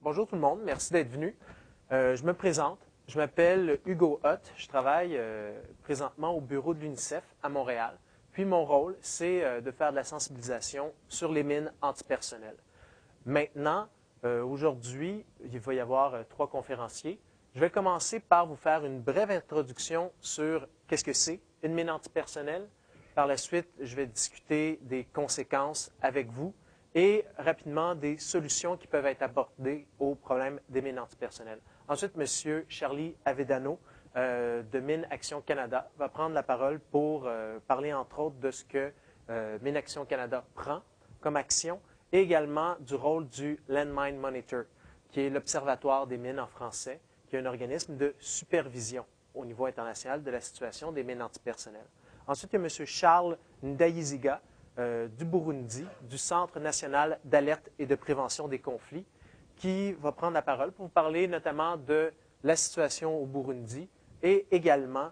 Bonjour tout le monde, merci d'être venu. Je me présente, je m'appelle Hugo Hott, je travaille présentement au bureau de l'UNICEF à Montréal. Puis mon rôle, c'est de faire de la sensibilisation sur les mines antipersonnelles. Maintenant, aujourd'hui, il va y avoir 3 conférenciers. Je vais commencer par vous faire une brève introduction sur qu'est-ce que c'est une mine antipersonnelle. Par la suite, je vais discuter des conséquences avec vous et rapidement des solutions qui peuvent être abordées au problème des mines antipersonnelles. Ensuite, M. Charlie Avedano de Mines Action Canada va prendre la parole pour parler entre autres de ce que Mines Action Canada prend comme action et également du rôle du Landmine Monitor, qui est l'Observatoire des mines en français, qui est un organisme de supervision au niveau international de la situation des mines antipersonnelles. Ensuite, il y a M. Charles Ndayiziga du Burundi, du Centre national d'alerte et de prévention des conflits, qui va prendre la parole pour vous parler notamment de la situation au Burundi et également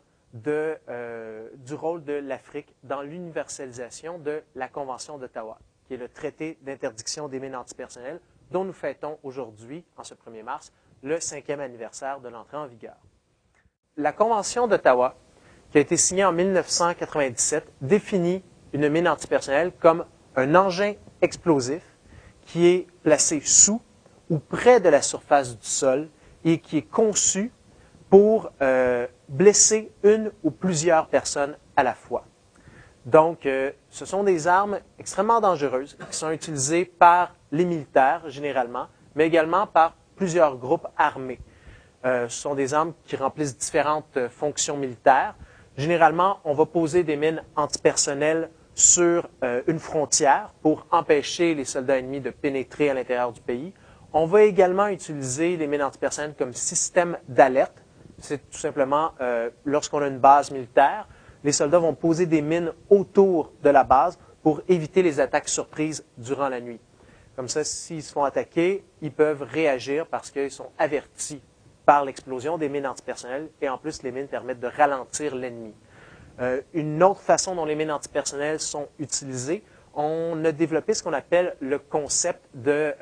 du rôle de l'Afrique dans l'universalisation de la Convention d'Ottawa, qui est le traité d'interdiction des mines antipersonnelles dont nous fêtons aujourd'hui, en ce 1er mars, le 5e anniversaire de l'entrée en vigueur. La Convention d'Ottawa, qui a été signée en 1997, définit une mine antipersonnelle comme un engin explosif qui est placé sous ou près de la surface du sol et qui est conçu pour blesser une ou plusieurs personnes à la fois. Donc, ce sont des armes extrêmement dangereuses qui sont utilisées par les militaires généralement, mais également par plusieurs groupes armés. Ce sont des armes qui remplissent différentes fonctions militaires. Généralement, on va poser des mines antipersonnelles sur une frontière pour empêcher les soldats ennemis de pénétrer à l'intérieur du pays. On va également utiliser les mines antipersonnelles comme système d'alerte. C'est tout simplement lorsqu'on a une base militaire, les soldats vont poser des mines autour de la base pour éviter les attaques surprises durant la nuit. Comme ça, s'ils se font attaquer, ils peuvent réagir parce qu'ils sont avertis par l'explosion des mines antipersonnelles et en plus, les mines permettent de ralentir l'ennemi. Une autre façon dont les mines antipersonnelles sont utilisées, on a développé ce qu'on appelle le concept de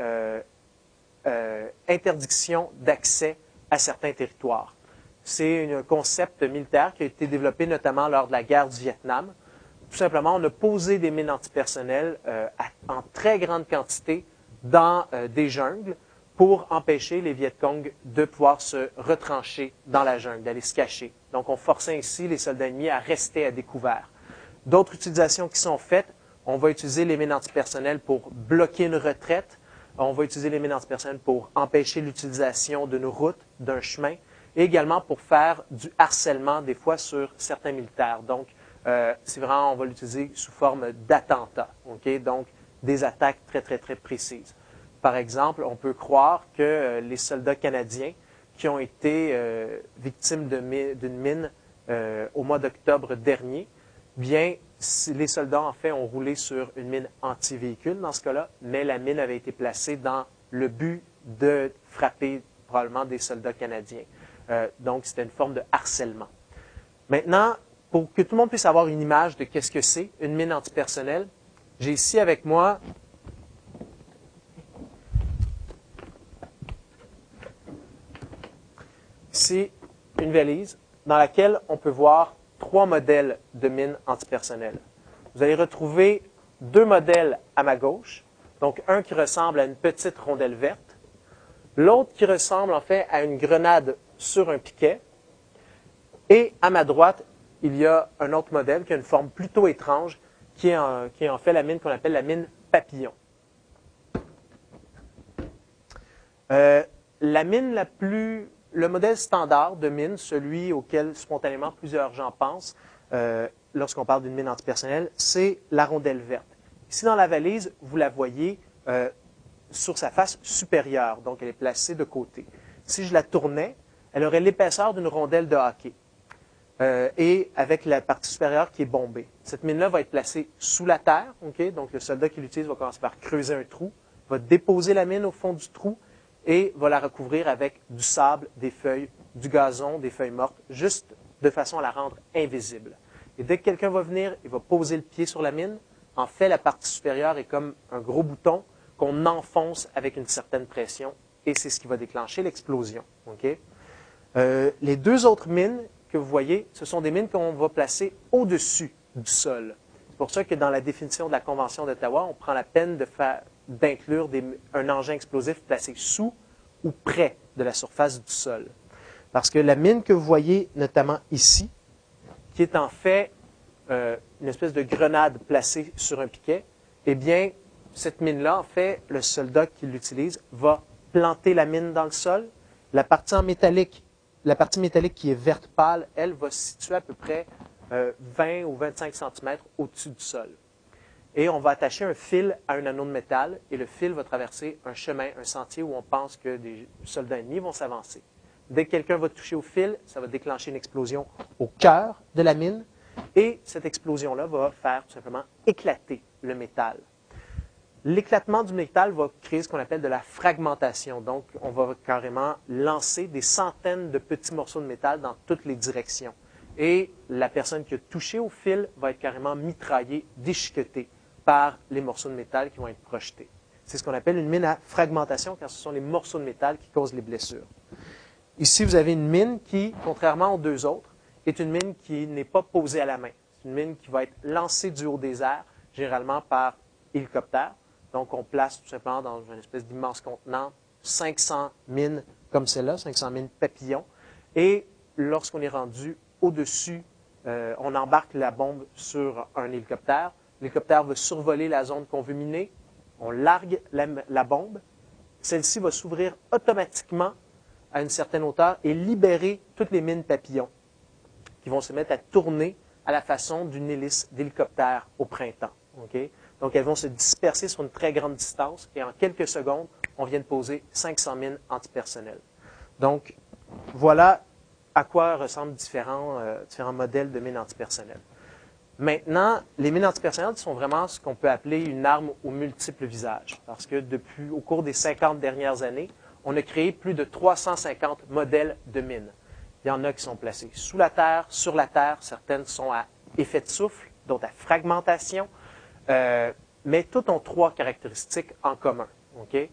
interdiction d'accès à certains territoires. C'est un concept militaire qui a été développé notamment lors de la guerre du Vietnam. Tout simplement, on a posé des mines antipersonnelles en très grande quantité dans des jungles pour empêcher les Viet Cong de pouvoir se retrancher dans la jungle, d'aller se cacher. Donc, on forçait ainsi les soldats ennemis à rester à découvert. D'autres utilisations qui sont faites, on va utiliser les mines antipersonnelles pour bloquer une retraite. On va utiliser les mines antipersonnelles pour empêcher l'utilisation d'une route, d'un chemin, et également pour faire du harcèlement, des fois, sur certains militaires. Donc, c'est vraiment, on va l'utiliser sous forme d'attentat. Okay? Donc, des attaques très, très, très précises. Par exemple, on peut croire que les soldats canadiens qui ont été victimes d'une mine au mois d'octobre dernier, bien, les soldats, en fait, ont roulé sur une mine anti-véhicule dans ce cas-là, mais la mine avait été placée dans le but de frapper probablement des soldats canadiens. Donc, c'était une forme de harcèlement. Maintenant, pour que tout le monde puisse avoir une image de qu'est-ce que c'est une mine antipersonnelle, j'ai ici avec moi ici une valise dans laquelle on peut voir 3 modèles de mines antipersonnelles. Vous allez retrouver 2 modèles à ma gauche, donc un qui ressemble à une petite rondelle verte, l'autre qui ressemble en fait à une grenade sur un piquet, et à ma droite, il y a un autre modèle qui a une forme plutôt étrange, qui est en fait la mine qu'on appelle la mine papillon. Le modèle standard de mine, celui auquel spontanément plusieurs gens pensent lorsqu'on parle d'une mine antipersonnelle, c'est la rondelle verte. Ici dans la valise, vous la voyez sur sa face supérieure, donc elle est placée de côté. Si je la tournais, elle aurait l'épaisseur d'une rondelle de hockey et avec la partie supérieure qui est bombée. Cette mine-là va être placée sous la terre, okay? Donc le soldat qui l'utilise va commencer par creuser un trou, va déposer la mine au fond du trou, et va la recouvrir avec du sable, des feuilles, du gazon, des feuilles mortes, juste de façon à la rendre invisible. Et dès que quelqu'un va venir, il va poser le pied sur la mine. En fait, la partie supérieure est comme un gros bouton qu'on enfonce avec une certaine pression et c'est ce qui va déclencher l'explosion. Okay? Les deux autres mines que vous voyez, ce sont des mines qu'on va placer au-dessus du sol. C'est pour ça que dans la définition de la Convention d'Ottawa, on prend la peine d'inclure un engin explosif placé sous ou près de la surface du sol. Parce que la mine que vous voyez notamment ici, qui est en fait une espèce de grenade placée sur un piquet, eh bien, cette mine-là, en fait, le soldat qui l'utilise va planter la mine dans le sol. La partie métallique qui est verte pâle, elle va se situer à peu près 20 ou 25 cm au-dessus du sol. Et on va attacher un fil à un anneau de métal et le fil va traverser un chemin, un sentier où on pense que des soldats ennemis vont s'avancer. Dès que quelqu'un va toucher au fil, ça va déclencher une explosion au cœur de la mine et cette explosion-là va faire tout simplement éclater le métal. L'éclatement du métal va créer ce qu'on appelle de la fragmentation. Donc, on va carrément lancer des centaines de petits morceaux de métal dans toutes les directions. Et la personne qui a touché au fil va être carrément mitraillée, déchiquetée par les morceaux de métal qui vont être projetés. C'est ce qu'on appelle une mine à fragmentation, car ce sont les morceaux de métal qui causent les blessures. Ici, vous avez une mine qui, contrairement aux deux autres, est une mine qui n'est pas posée à la main. C'est une mine qui va être lancée du haut des airs, généralement par hélicoptère. Donc, on place tout simplement dans une espèce d'immense contenant 500 mines comme celle-là, 500 mines papillons. Et lorsqu'on est rendu au-dessus, on embarque la bombe sur un hélicoptère. L'hélicoptère va survoler la zone qu'on veut miner. On largue la bombe. Celle-ci va s'ouvrir automatiquement à une certaine hauteur et libérer toutes les mines papillons qui vont se mettre à tourner à la façon d'une hélice d'hélicoptère au printemps. Okay? Donc, elles vont se disperser sur une très grande distance et en quelques secondes, on vient de poser 500 mines antipersonnelles. Donc, voilà à quoi ressemblent différents modèles de mines antipersonnelles. Maintenant, les mines antipersonnelles sont vraiment ce qu'on peut appeler une arme aux multiples visages. Parce que au cours des 50 dernières années, on a créé plus de 350 modèles de mines. Il y en a qui sont placées sous la terre, sur la terre. Certaines sont à effet de souffle, d'autres à fragmentation. Mais toutes ont trois caractéristiques en commun. Okay?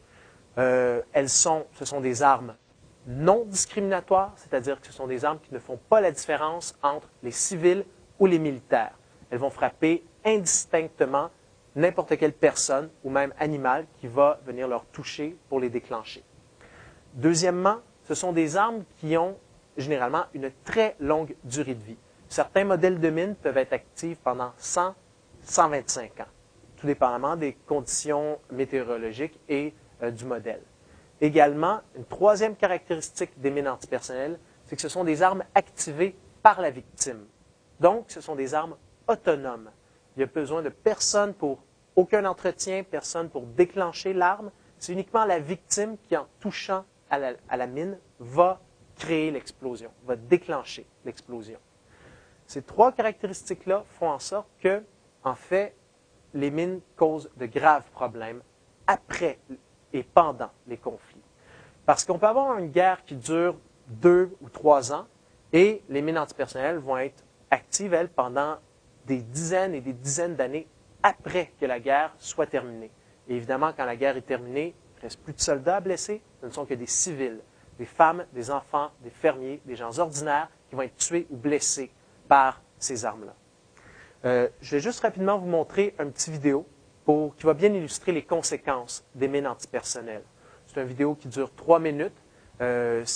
Ce sont des armes non discriminatoires, c'est-à-dire que ce sont des armes qui ne font pas la différence entre les civils ou les militaires. Elles vont frapper indistinctement n'importe quelle personne ou même animal qui va venir leur toucher pour les déclencher. Deuxièmement, ce sont des armes qui ont généralement une très longue durée de vie. Certains modèles de mines peuvent être actifs pendant 100, 125 ans, tout dépendamment des conditions météorologiques et du modèle. Également, une troisième caractéristique des mines antipersonnelles, c'est que ce sont des armes activées par la victime. Donc, ce sont des armes autonomes. Il n'y a besoin de personne pour aucun entretien, personne pour déclencher l'arme. C'est uniquement la victime qui, en touchant à la mine, va créer l'explosion, va déclencher l'explosion. Ces trois caractéristiques-là font en sorte que, en fait, les mines causent de graves problèmes après et pendant les conflits. Parce qu'on peut avoir une guerre qui dure 2 ou 3 ans et les mines antipersonnelles vont être actives, elles, pendant des dizaines et des dizaines d'années après que la guerre soit terminée. Et évidemment, quand la guerre est terminée, il ne reste plus de soldats blessés, ce ne sont que des civils, des femmes, des enfants, des fermiers, des gens ordinaires qui vont être tués ou blessés par ces armes-là. Je vais juste rapidement vous montrer un petit vidéo qui va bien illustrer les conséquences des mines antipersonnelles. C'est une vidéo qui dure 3 minutes. Ça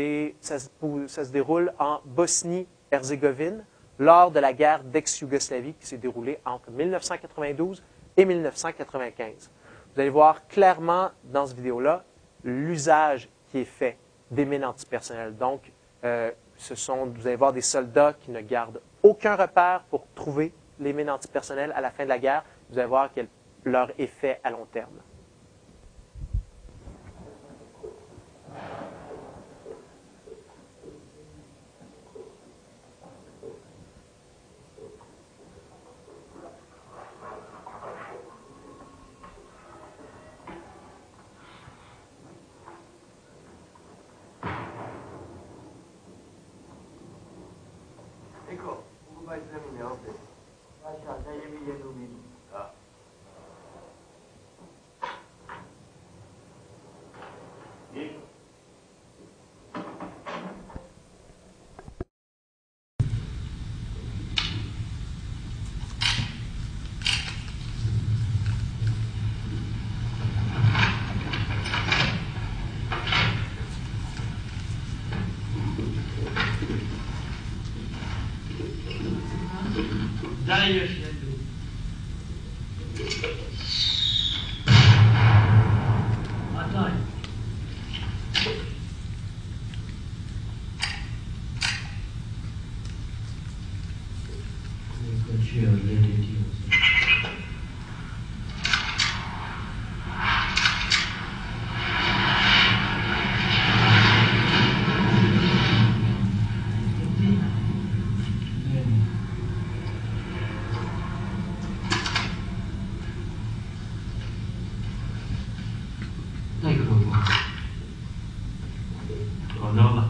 se déroule en Bosnie-Herzégovine lors de la guerre d'ex-Yougoslavie qui s'est déroulée entre 1992 et 1995. Vous allez voir clairement dans cette vidéo-là l'usage qui est fait des mines antipersonnelles. Donc, vous allez voir des soldats qui ne gardent aucun repère pour trouver les mines antipersonnelles à la fin de la guerre. Vous allez voir leur effet à long terme. Stai finendo. Ma dai. Come conceo l'ereditio. Eccolo qua. Controlla.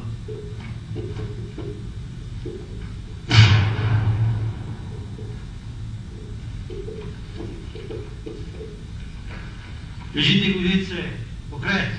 Jeśli ty ulicy, okres.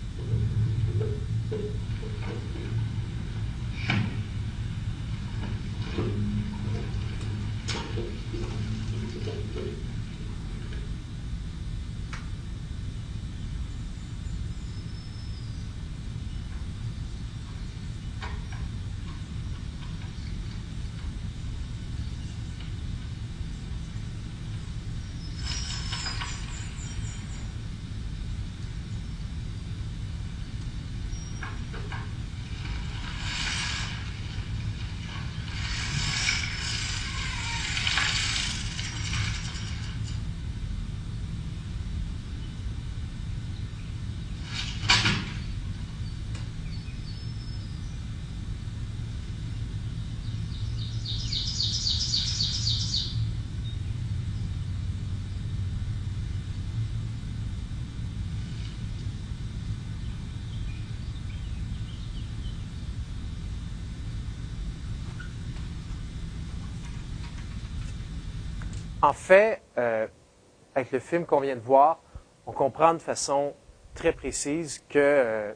En fait, avec le film qu'on vient de voir, on comprend de façon très précise que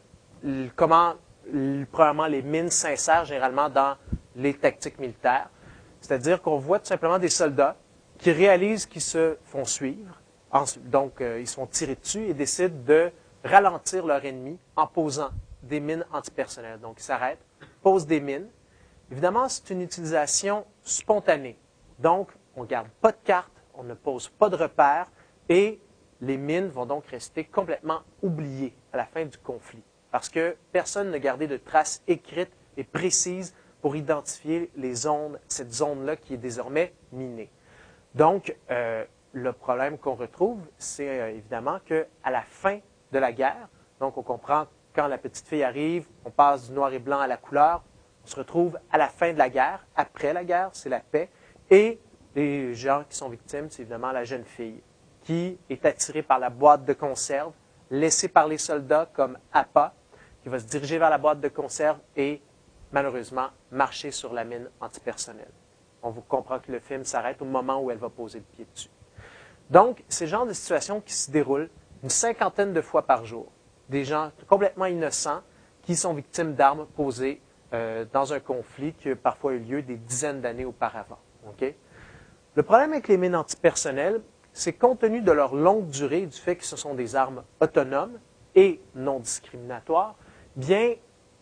premièrement, les mines s'insèrent généralement dans les tactiques militaires. C'est-à-dire qu'on voit tout simplement des soldats qui réalisent qu'ils se font suivre. Donc, ils se font tirer dessus et décident de ralentir leur ennemi en posant des mines antipersonnelles. Donc, ils s'arrêtent, posent des mines. Évidemment, c'est une utilisation spontanée. Donc, on ne garde pas de carte, on ne pose pas de repères et les mines vont donc rester complètement oubliées à la fin du conflit parce que personne n'a gardé de traces écrites et précises pour identifier cette zone-là qui est désormais minée. Donc, le problème qu'on retrouve, c'est évidemment qu'à la fin de la guerre, donc on comprend quand la petite fille arrive, on passe du noir et blanc à la couleur, on se retrouve à la fin de la guerre, après la guerre, c'est la paix, et les gens qui sont victimes, c'est évidemment la jeune fille qui est attirée par la boîte de conserve, laissée par les soldats comme appât, qui va se diriger vers la boîte de conserve et malheureusement marcher sur la mine antipersonnelle. On vous comprend que le film s'arrête au moment où elle va poser le pied dessus. Donc, c'est le genre de situation qui se déroule une 50aine de fois par jour. Des gens complètement innocents qui sont victimes d'armes posées dans un conflit qui a parfois eu lieu des dizaines d'années auparavant. Okay? Le problème avec les mines antipersonnelles, c'est compte tenu de leur longue durée et du fait que ce sont des armes autonomes et non discriminatoires, bien,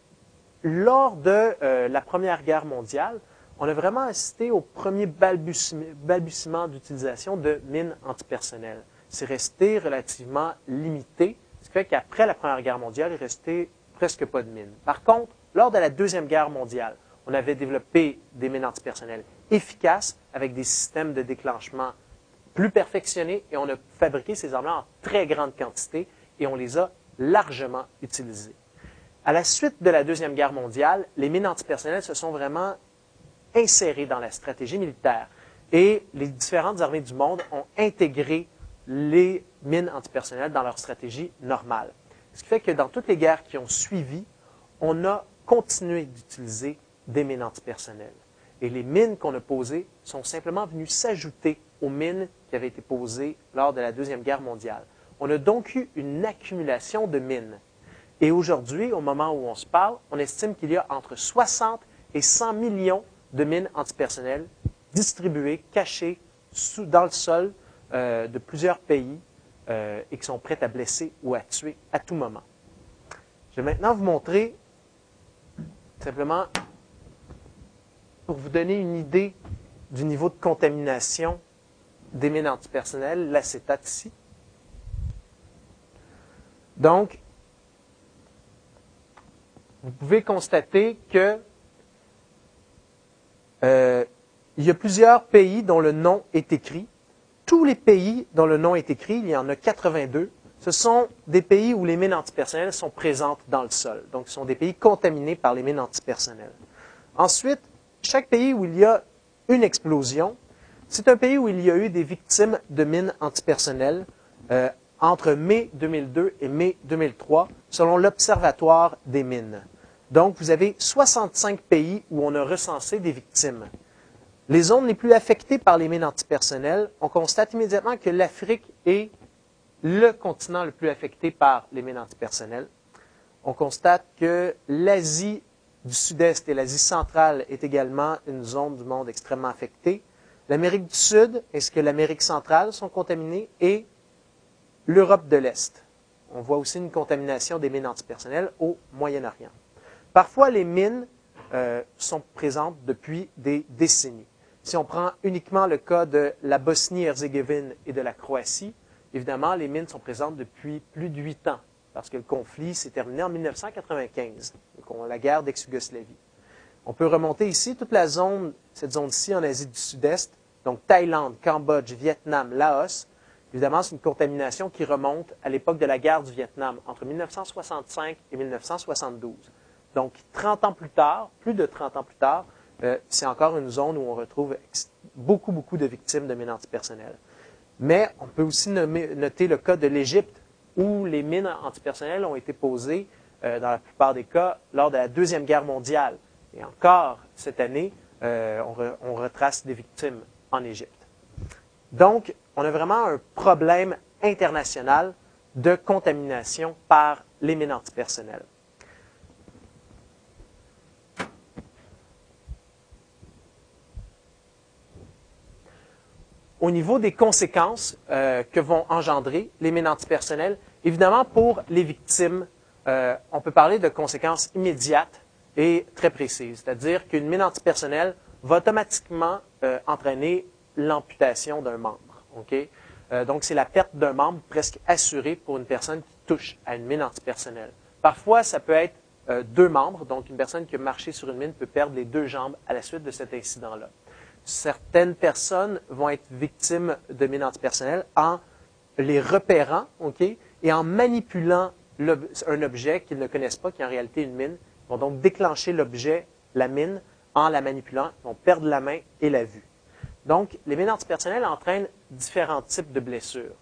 lors de la Première Guerre mondiale, on a vraiment assisté au premier balbutiement d'utilisation de mines antipersonnelles. C'est resté relativement limité, ce qui fait qu'après la Première Guerre mondiale, il restait presque pas de mines. Par contre, lors de la Deuxième Guerre mondiale, on avait développé des mines antipersonnelles efficaces avec des systèmes de déclenchement plus perfectionnés et on a fabriqué ces armes-là en très grande quantité et on les a largement utilisées. À la suite de la Deuxième Guerre mondiale, les mines antipersonnelles se sont vraiment insérées dans la stratégie militaire et les différentes armées du monde ont intégré les mines antipersonnelles dans leur stratégie normale. Ce qui fait que dans toutes les guerres qui ont suivi, on a continué d'utiliser des mines antipersonnelles. Et les mines qu'on a posées sont simplement venues s'ajouter aux mines qui avaient été posées lors de la Deuxième Guerre mondiale. On a donc eu une accumulation de mines. Et aujourd'hui, au moment où on se parle, on estime qu'il y a entre 60 et 100 millions de mines antipersonnelles distribuées, cachées dans le sol de plusieurs pays et qui sont prêtes à blesser ou à tuer à tout moment. Je vais maintenant vous montrer, simplement pour vous donner une idée du niveau de contamination des mines antipersonnelles, l'acétate ici. Donc, vous pouvez constater que il y a plusieurs pays dont le nom est écrit. Tous les pays dont le nom est écrit, il y en a 82, ce sont des pays où les mines antipersonnelles sont présentes dans le sol. Donc, ce sont des pays contaminés par les mines antipersonnelles. Ensuite, chaque pays où il y a une explosion, c'est un pays où il y a eu des victimes de mines antipersonnelles entre mai 2002 et mai 2003, selon l'Observatoire des mines. Donc, vous avez 65 pays où on a recensé des victimes. Les zones les plus affectées par les mines antipersonnelles, on constate immédiatement que l'Afrique est le continent le plus affecté par les mines antipersonnelles. On constate que l'Asie du Sud-Est et l'Asie centrale est également une zone du monde extrêmement affectée. L'Amérique du Sud ainsi que l'Amérique centrale sont contaminées et l'Europe de l'Est. On voit aussi une contamination des mines antipersonnelles au Moyen-Orient. Parfois, les mines sont présentes depuis des décennies. Si on prend uniquement le cas de la Bosnie-Herzégovine et de la Croatie, évidemment, les mines sont présentes depuis plus de 8 ans, parce que le conflit s'est terminé en 1995, la guerre d'ex-Yougoslavie. On peut remonter ici toute la zone, cette zone-ci en Asie du Sud-Est, donc Thaïlande, Cambodge, Vietnam, Laos. Évidemment, c'est une contamination qui remonte à l'époque de la guerre du Vietnam, entre 1965 et 1972. Donc, 30 ans plus tard, plus de 30 ans plus tard, c'est encore une zone où on retrouve beaucoup de victimes de mines antipersonnelles. Mais on peut aussi noter le cas de l'Égypte, où les mines antipersonnelles ont été posées, dans la plupart des cas, lors de la Deuxième Guerre mondiale. Et encore, cette année, on retrace des victimes en Égypte. Donc, on a vraiment un problème international de contamination par les mines antipersonnelles. Au niveau des conséquences que vont engendrer les mines antipersonnelles, évidemment, pour les victimes, on peut parler de conséquences immédiates et très précises. C'est-à-dire qu'une mine antipersonnelle va automatiquement entraîner l'amputation d'un membre. Okay? Donc, c'est la perte d'un membre presque assurée pour une personne qui touche à une mine antipersonnelle. Parfois, ça peut être 2 membres. Donc, une personne qui a marché sur une mine peut perdre les 2 jambes à la suite de cet incident-là. Certaines personnes vont être victimes de mines antipersonnelles en les repérant, okay, et en manipulant un objet qu'ils ne connaissent pas, qui est en réalité une mine. Ils vont donc déclencher l'objet, la mine, en la manipulant. Ils vont perdre la main et la vue. Donc, les mines antipersonnelles entraînent différents types de blessures.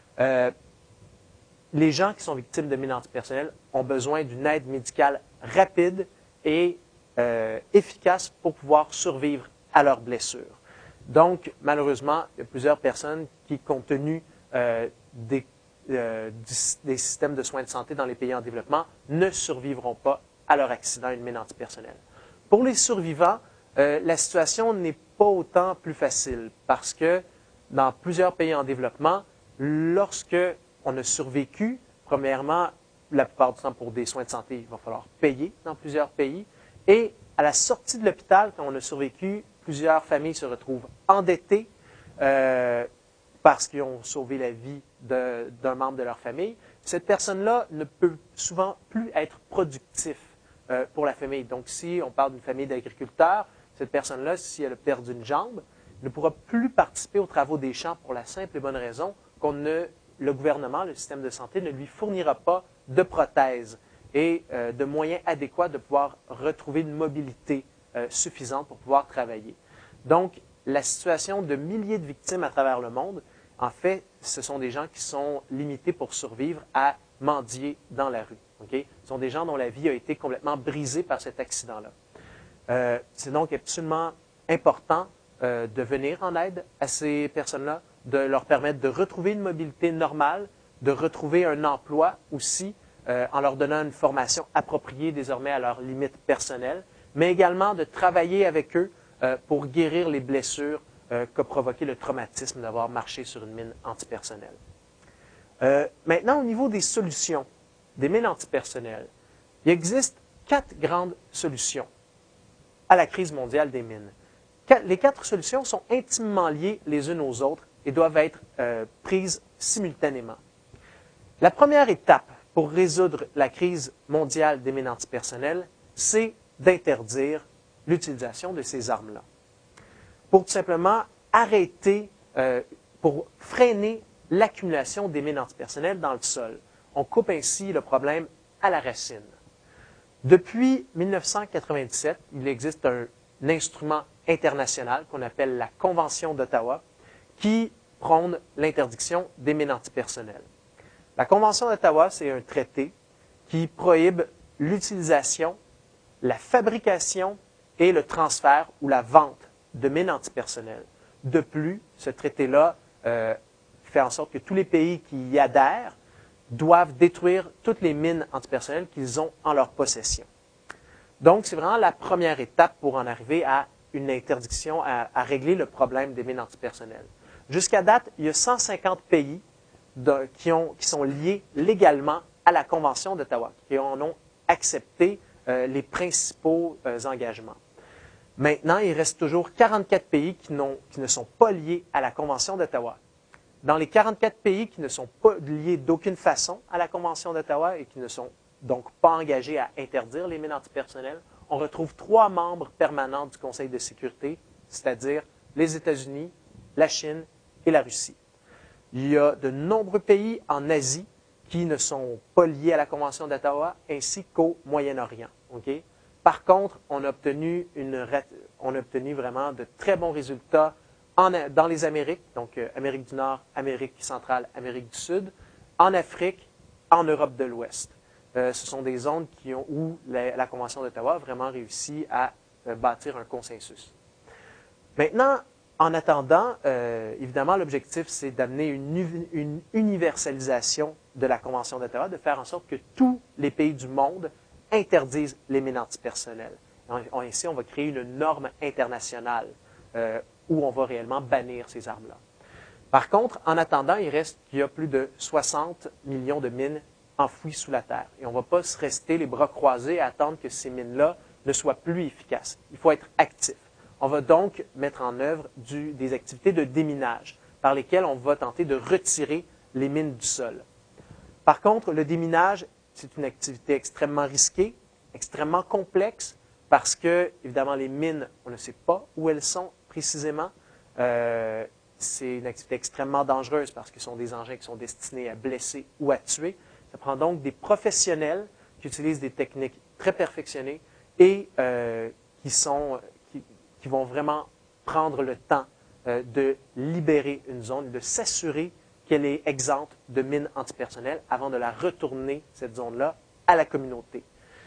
Les gens qui sont victimes de mines antipersonnelles ont besoin d'une aide médicale rapide et efficace pour pouvoir survivre à leurs blessures. Donc, malheureusement, il y a plusieurs personnes qui, compte tenu des systèmes de soins de santé dans les pays en développement, ne survivront pas à leur accident à une mine antipersonnelle. Pour les survivants, la situation n'est pas autant plus facile parce que dans plusieurs pays en développement, lorsque on a survécu, premièrement, la plupart du temps pour des soins de santé, il va falloir payer dans plusieurs pays. Et à la sortie de l'hôpital, quand on a survécu, plusieurs familles se retrouvent endettées parce qu'ils ont sauvé la vie d'un membre de leur famille. Cette personne-là ne peut souvent plus être productif pour la famille. Donc, si on parle d'une famille d'agriculteurs, cette personne-là, si elle a perdu une jambe, ne pourra plus participer aux travaux des champs pour la simple et bonne raison le gouvernement, le système de santé, ne lui fournira pas de prothèses et de moyens adéquats de pouvoir retrouver une mobilité suffisante pour pouvoir travailler. Donc, la situation de milliers de victimes à travers le monde, en fait, ce sont des gens qui sont limités pour survivre à mendier dans la rue. Okay? Ce sont des gens dont la vie a été complètement brisée par cet accident-là. C'est donc absolument important de venir en aide à ces personnes-là, de leur permettre de retrouver une mobilité normale, de retrouver un emploi aussi, en leur donnant une formation appropriée désormais à leurs limites personnelles, mais également de travailler avec eux pour guérir les blessures qu'a provoqué le traumatisme d'avoir marché sur une mine antipersonnelle. Maintenant, au niveau des solutions, des mines antipersonnelles, il existe 4 grandes solutions à la crise mondiale des mines. Les 4 solutions sont intimement liées les unes aux autres et doivent être prises simultanément. La première étape pour résoudre la crise mondiale des mines antipersonnelles, c'est d'interdire l'utilisation de ces armes-là. Pour tout simplement arrêter, pour freiner l'accumulation des mines antipersonnelles dans le sol. On coupe ainsi le problème à la racine. Depuis 1997, il existe un instrument international qu'on appelle la Convention d'Ottawa qui prône l'interdiction des mines antipersonnelles. La Convention d'Ottawa, c'est un traité qui prohibe l'utilisation, la fabrication et le transfert ou la vente de mines antipersonnelles. De plus, ce traité-là fait en sorte que tous les pays qui y adhèrent doivent détruire toutes les mines antipersonnelles qu'ils ont en leur possession. Donc, c'est vraiment la première étape pour en arriver à une interdiction, à régler le problème des mines antipersonnelles. Jusqu'à date, il y a 150 pays qui sont liés légalement à la Convention d'Ottawa, qui en ont accepté les principaux engagements. Maintenant, il reste toujours 44 pays qui ne sont pas liés à la Convention d'Ottawa. Dans les 44 pays qui ne sont pas liés d'aucune façon à la Convention d'Ottawa et qui ne sont donc pas engagés à interdire les mines antipersonnelles, on retrouve 3 membres permanents du Conseil de sécurité, c'est-à-dire les États-Unis, la Chine et la Russie. Il y a de nombreux pays en Asie qui ne sont pas liés à la Convention d'Ottawa, ainsi qu'au Moyen-Orient. Okay? Par contre, on a obtenu vraiment de très bons résultats dans les Amériques, donc Amérique du Nord, Amérique centrale, Amérique du Sud, en Afrique, en Europe de l'Ouest. Ce sont des zones où la Convention d'Ottawa a vraiment réussi à bâtir un consensus. Maintenant, en attendant, évidemment, l'objectif, c'est d'amener une universalisation de la Convention d'Ottawa, de faire en sorte que tous les pays du monde interdisent les mines antipersonnelles. Ainsi, on va créer une norme internationale où on va réellement bannir ces armes-là. Par contre, en attendant, il reste qu'il y a plus de 60 millions de mines enfouies sous la terre. Et on ne va pas se rester les bras croisés à attendre que ces mines-là ne soient plus efficaces. Il faut être actif. On va donc mettre en œuvre des activités de déminage par lesquelles on va tenter de retirer les mines du sol. Par contre, le déminage, c'est une activité extrêmement risquée, extrêmement complexe, parce que, évidemment, les mines, on ne sait pas où elles sont précisément. C'est une activité extrêmement dangereuse parce que ce sont des engins qui sont destinés à blesser ou à tuer. Ça prend donc des professionnels qui utilisent des techniques très perfectionnées et qui vont vraiment prendre le temps de libérer une zone et de s'assurer qu'elle est exempte de mines antipersonnelles avant de la retourner, cette zone-là, à la communauté.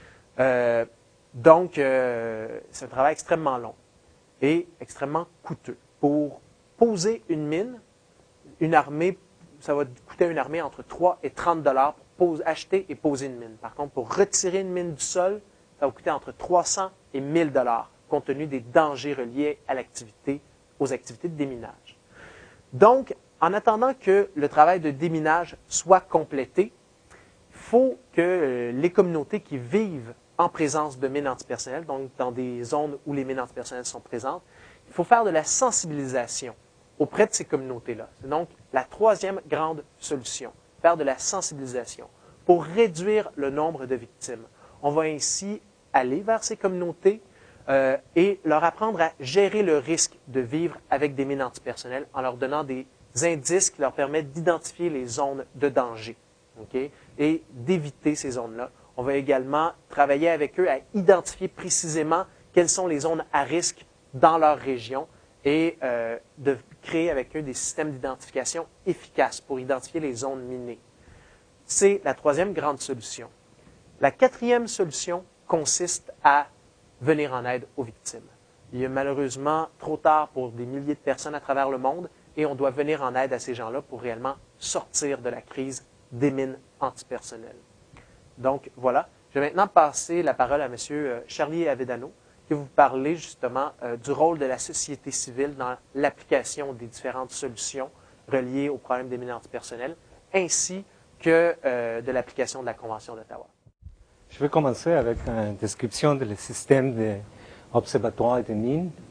Donc, c'est un travail extrêmement long et extrêmement coûteux. Pour poser une mine, une armée, ça va coûter à une armée entre 3 et 30 $ pour acheter et poser une mine. Par contre, pour retirer une mine du sol, ça va coûter entre 300 et 1000 $, compte tenu des dangers reliés aux activités de déminage. Donc, en attendant que le travail de déminage soit complété, il faut que les communautés qui vivent en présence de mines antipersonnelles, donc dans des zones où les mines antipersonnelles sont présentes, il faut faire de la sensibilisation auprès de ces communautés-là. C'est donc la troisième grande solution, faire de la sensibilisation pour réduire le nombre de victimes. On va ainsi aller vers ces communautés et leur apprendre à gérer le risque de vivre avec des mines antipersonnelles en leur donnant des indices qui leur permettent d'identifier les zones de danger, okay, et d'éviter ces zones-là. On va également travailler avec eux à identifier précisément quelles sont les zones à risque dans leur région et de créer avec eux des systèmes d'identification efficaces pour identifier les zones minées. C'est la troisième grande solution. La quatrième solution consiste à venir en aide aux victimes. Il est malheureusement trop tard pour des milliers de personnes à travers le monde et on doit venir en aide à ces gens-là pour réellement sortir de la crise des mines antipersonnelles. Donc, voilà. Je vais maintenant passer la parole à M. Charlie Avedano, qui va vous parler justement du rôle de la société civile dans l'application des différentes solutions reliées au problème des mines antipersonnelles, ainsi que de l'application de la Convention d'Ottawa. Je vais commencer avec une description du système d'observatoire des mines.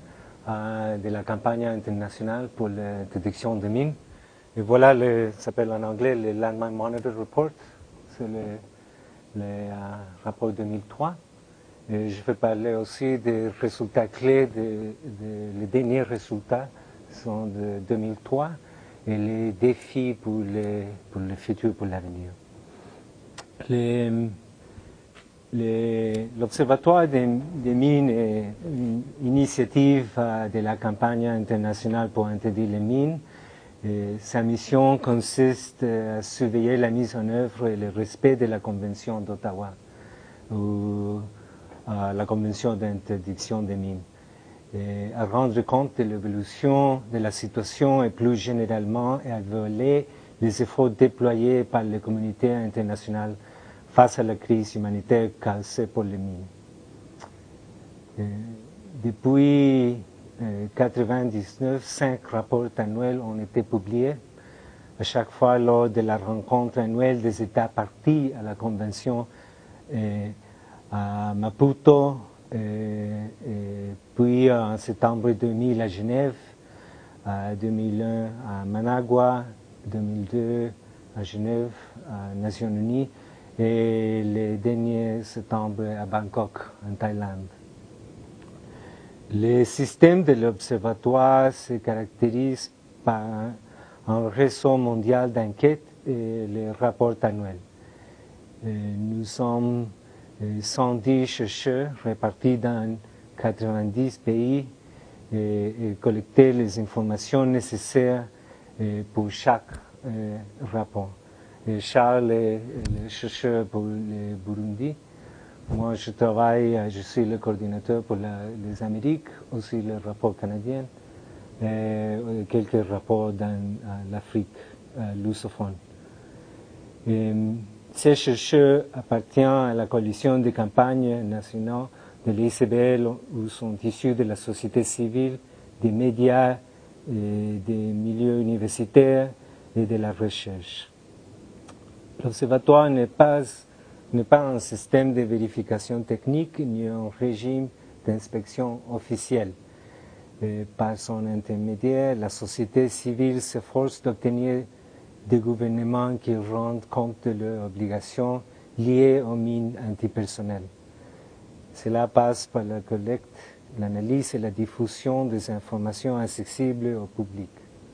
de la campagne internationale pour la détection des mines. Et voilà, ça s'appelle en anglais le Landmine Monitor Report, c'est le rapport 2003. Et je vais parler aussi des résultats clés, les derniers résultats sont de 2003 et les défis pour le futur, pour l'avenir. L'Observatoire des mines est une initiative de la campagne internationale pour interdire les mines. Et sa mission consiste à surveiller la mise en œuvre et le respect de la Convention d'Ottawa, ou la Convention d'interdiction des mines, et à rendre compte de l'évolution de la situation et plus généralement à évaluer les efforts déployés par les communautés internationales face à la crise humanitaire causée par les mines. Depuis 1999, 5 rapports annuels ont été publiés, à chaque fois lors de la rencontre annuelle des États partis à la Convention à Maputo, puis en septembre 2000 à Genève, 2001 à Managua, 2002 à Genève, aux Nations Unies, et le dernier septembre à Bangkok, en Thaïlande. Le système de l'Observatoire se caractérise par un réseau mondial d'enquêtes et les rapports annuels. Nous sommes 110 chercheurs répartis dans 90 pays et collecter les informations nécessaires pour chaque rapport. Et Charles est le chercheur pour le Burundi. Moi, je suis le coordinateur pour les Amériques, aussi le rapport canadien, et quelques rapports dans l'Afrique lusophone. Ces chercheurs appartiennent à la coalition des campagnes nationales de l'ICBL, où sont issus de la société civile, des médias, et des milieux universitaires et de la recherche. L'Observatoire n'est pas un système de vérification technique ni un régime d'inspection officiel. Par son intermédiaire, la société civile s'efforce d'obtenir des gouvernements qui rendent compte de leurs obligations liées aux mines antipersonnelles. Cela passe par la collecte, l'analyse et la diffusion des informations accessibles au public.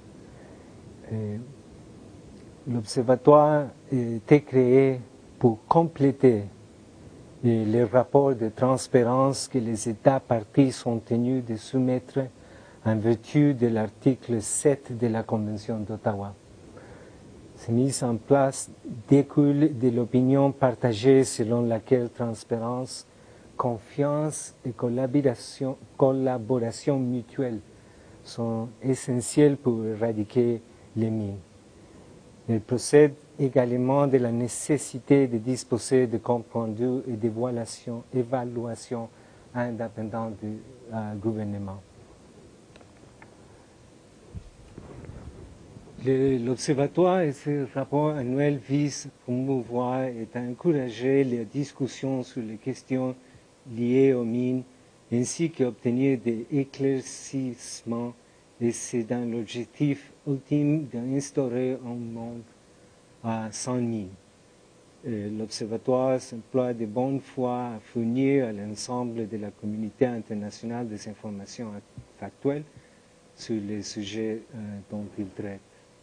L'Observatoire a été créé pour compléter les rapports de transparence que les États partis sont tenus de soumettre en vertu de l'article 7 de la Convention d'Ottawa. Cette mise en place découle de l'opinion partagée selon laquelle transparence, confiance et collaboration mutuelle sont essentielles pour éradiquer les mines. Elle procède également de la nécessité de disposer de comptes rendus et d'évaluation indépendante du gouvernement. L'Observatoire et ses rapports annuels visent à promouvoir et à encourager les discussions sur les questions liées aux mines, ainsi qu'à obtenir des éclaircissements, et c'est dans l'objectif ultime d'instaurer un monde sans mines. L'Observatoire s'emploie de bonne foi à fournir à l'ensemble de la communauté internationale des informations factuelles sur les sujets dont il traite.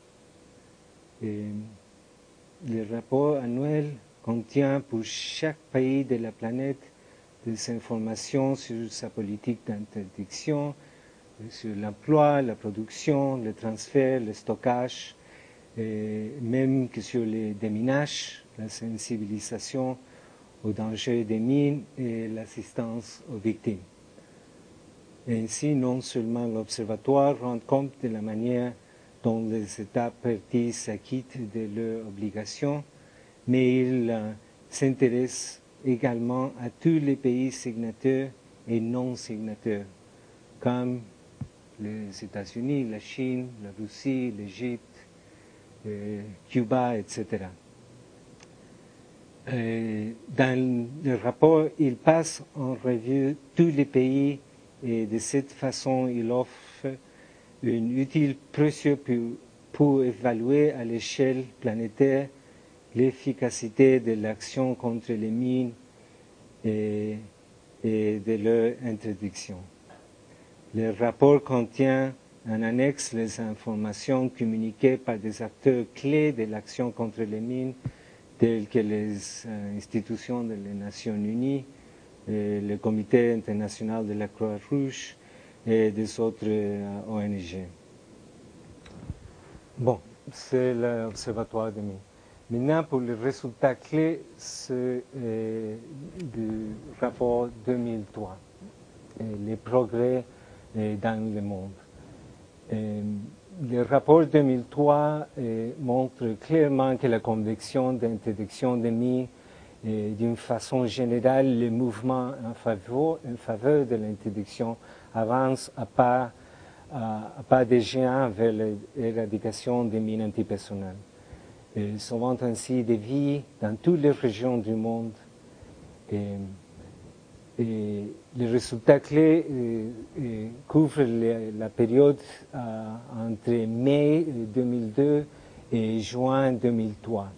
Le rapport annuel contient pour chaque pays de la planète des informations sur sa politique d'interdiction, sur l'emploi, la production, le transfert, le stockage, et même que sur les déminages, la sensibilisation aux dangers des mines et l'assistance aux victimes. Ainsi, non seulement l'Observatoire rend compte de la manière dont les États partis s'acquittent de leurs obligations, mais il s'intéresse également à tous les pays signataires et non signataires, comme les États-Unis, la Chine, la Russie, l'Égypte, Cuba, etc. Dans le rapport, il passe en revue tous les pays et de cette façon, il offre un outil précieux pour évaluer à l'échelle planétaire l'efficacité de l'action contre les mines et de leur interdiction. Le rapport contient en annexe les informations communiquées par des acteurs clés de l'action contre les mines, tels que les institutions des Nations Unies, le Comité international de la Croix-Rouge et des autres ONG. Bon, c'est l'Observatoire des mines. Maintenant, pour les résultats clés du rapport 2003, les progrès dans le monde. Le rapport 2003 montre clairement que la convention d'interdiction des mines, d'une façon générale, le mouvement en faveur de l'interdiction avance à pas de géants vers l'éradication des mines antipersonnelles. Sauvant ainsi des vies dans toutes les régions du monde. Et les résultats clés couvrent la période entre mai 2002 et juin 2003.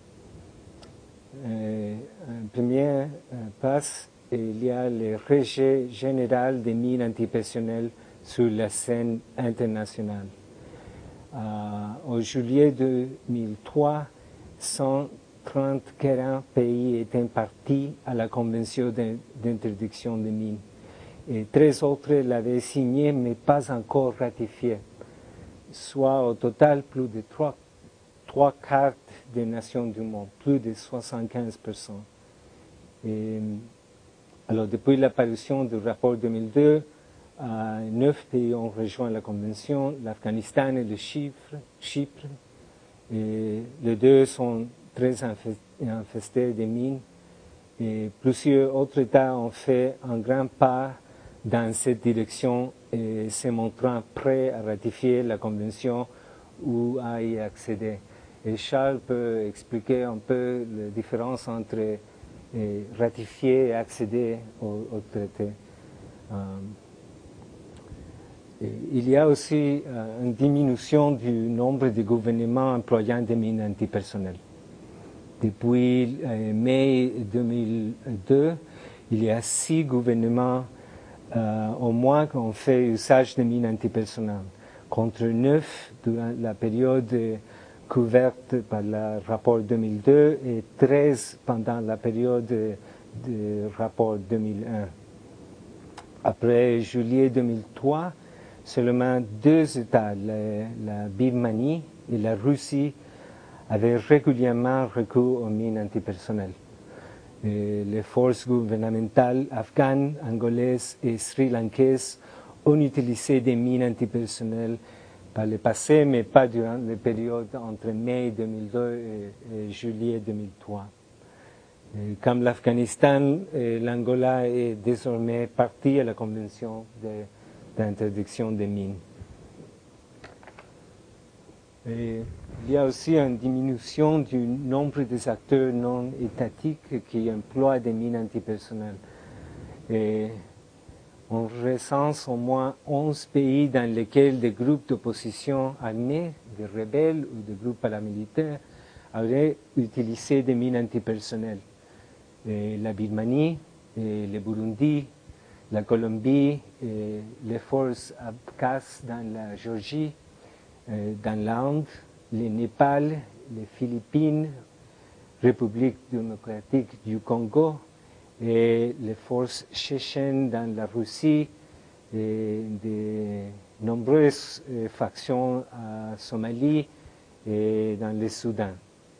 En première place, il y a le rejet général des mines antipersonnelles sur la scène internationale. Au juillet 2003, 134 pays étaient partis à la Convention d'interdiction des mines. Et 13 autres l'avaient signée, mais pas encore ratifiée. Soit au total plus de trois quarts des nations du monde, plus de 75%. Alors, depuis l'apparition du rapport 2002, 9 pays ont rejoint la Convention, l'Afghanistan et le Chypre. Et les deux sont très infestés de mines. Et plusieurs autres États ont fait un grand pas dans cette direction et se montrant prêts à ratifier la Convention ou à y accéder. Et Charles peut expliquer un peu la différence entre ratifier et accéder au traité. Il y a aussi une diminution du nombre de gouvernements employant des mines antipersonnelles. Depuis mai 2002, il y a 6 gouvernements au moins qui ont fait usage de mines antipersonnelles, contre 9 durant la période couverte par le rapport 2002 et 13 pendant la période du rapport 2001. Après juillet 2003, seulement 2 États, la Birmanie et la Russie, avaient régulièrement recours aux mines antipersonnelles. Les forces gouvernementales afghanes, angolaises et sri-lankaises ont utilisé des mines antipersonnelles par le passé, mais pas durant les périodes entre mai 2002 et juillet 2003. Comme l'Afghanistan, l'Angola est désormais partie à la Convention d'interdiction des mines. Et il y a aussi une diminution du nombre des acteurs non étatiques qui emploient des mines antipersonnelles. Et on recense au moins 11 pays dans lesquels des groupes d'opposition armés, des rebelles ou des groupes paramilitaires auraient utilisé des mines antipersonnelles. La Birmanie, le Burundi, la Colombie, les forces abkhazes dans la Géorgie, dans l'Inde, le Népal, les Philippines, République démocratique du Congo, et les forces tchétchènes dans la Russie, et de nombreuses factions en Somalie et dans le Soudan.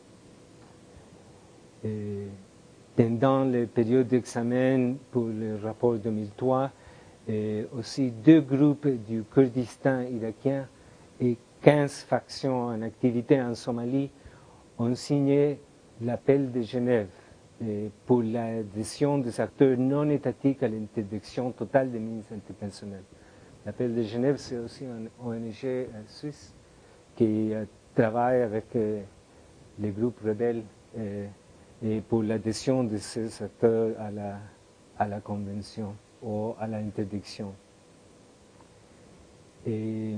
Pendant les périodes d'examen pour le rapport 2003, aussi 2 groupes du Kurdistan irakien et 15 factions en activité en Somalie ont signé l'appel de Genève pour l'adhésion des acteurs non étatiques à l'interdiction totale des mines antipersonnelles. L'appel de Genève, c'est aussi une ONG suisse qui travaille avec les groupes rebelles et pour l'adhésion de ces acteurs à la convention ou à l'interdiction. Et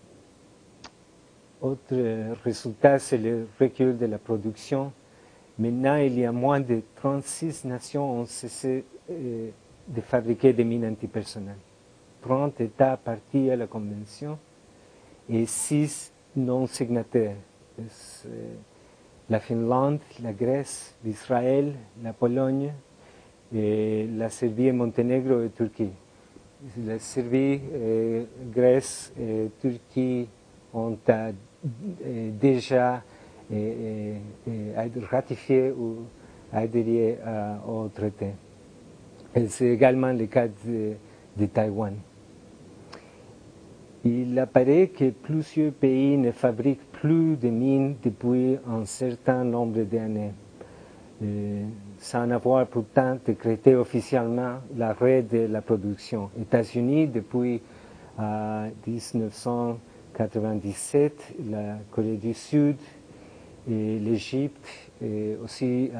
autre résultat, c'est le recul de la production. Maintenant, il y a moins de 36 nations ont cessé de fabriquer des mines antipersonnelles. 30 États partis à la Convention et 6 non signataires. La Finlande, la Grèce, l'Israël, la Pologne, et la Serbie, et Monténégro et Turquie. La Serbie, Grèce et Turquie ont déjà ratifié ou adhéré au traité. Et c'est également le cas de Taïwan. Il apparaît que plusieurs pays ne fabriquent plus de mines depuis un certain nombre d'années, sans avoir pourtant décrété officiellement l'arrêt de la production. États-Unis, depuis 1997, la Corée du Sud, et l'Égypte, et aussi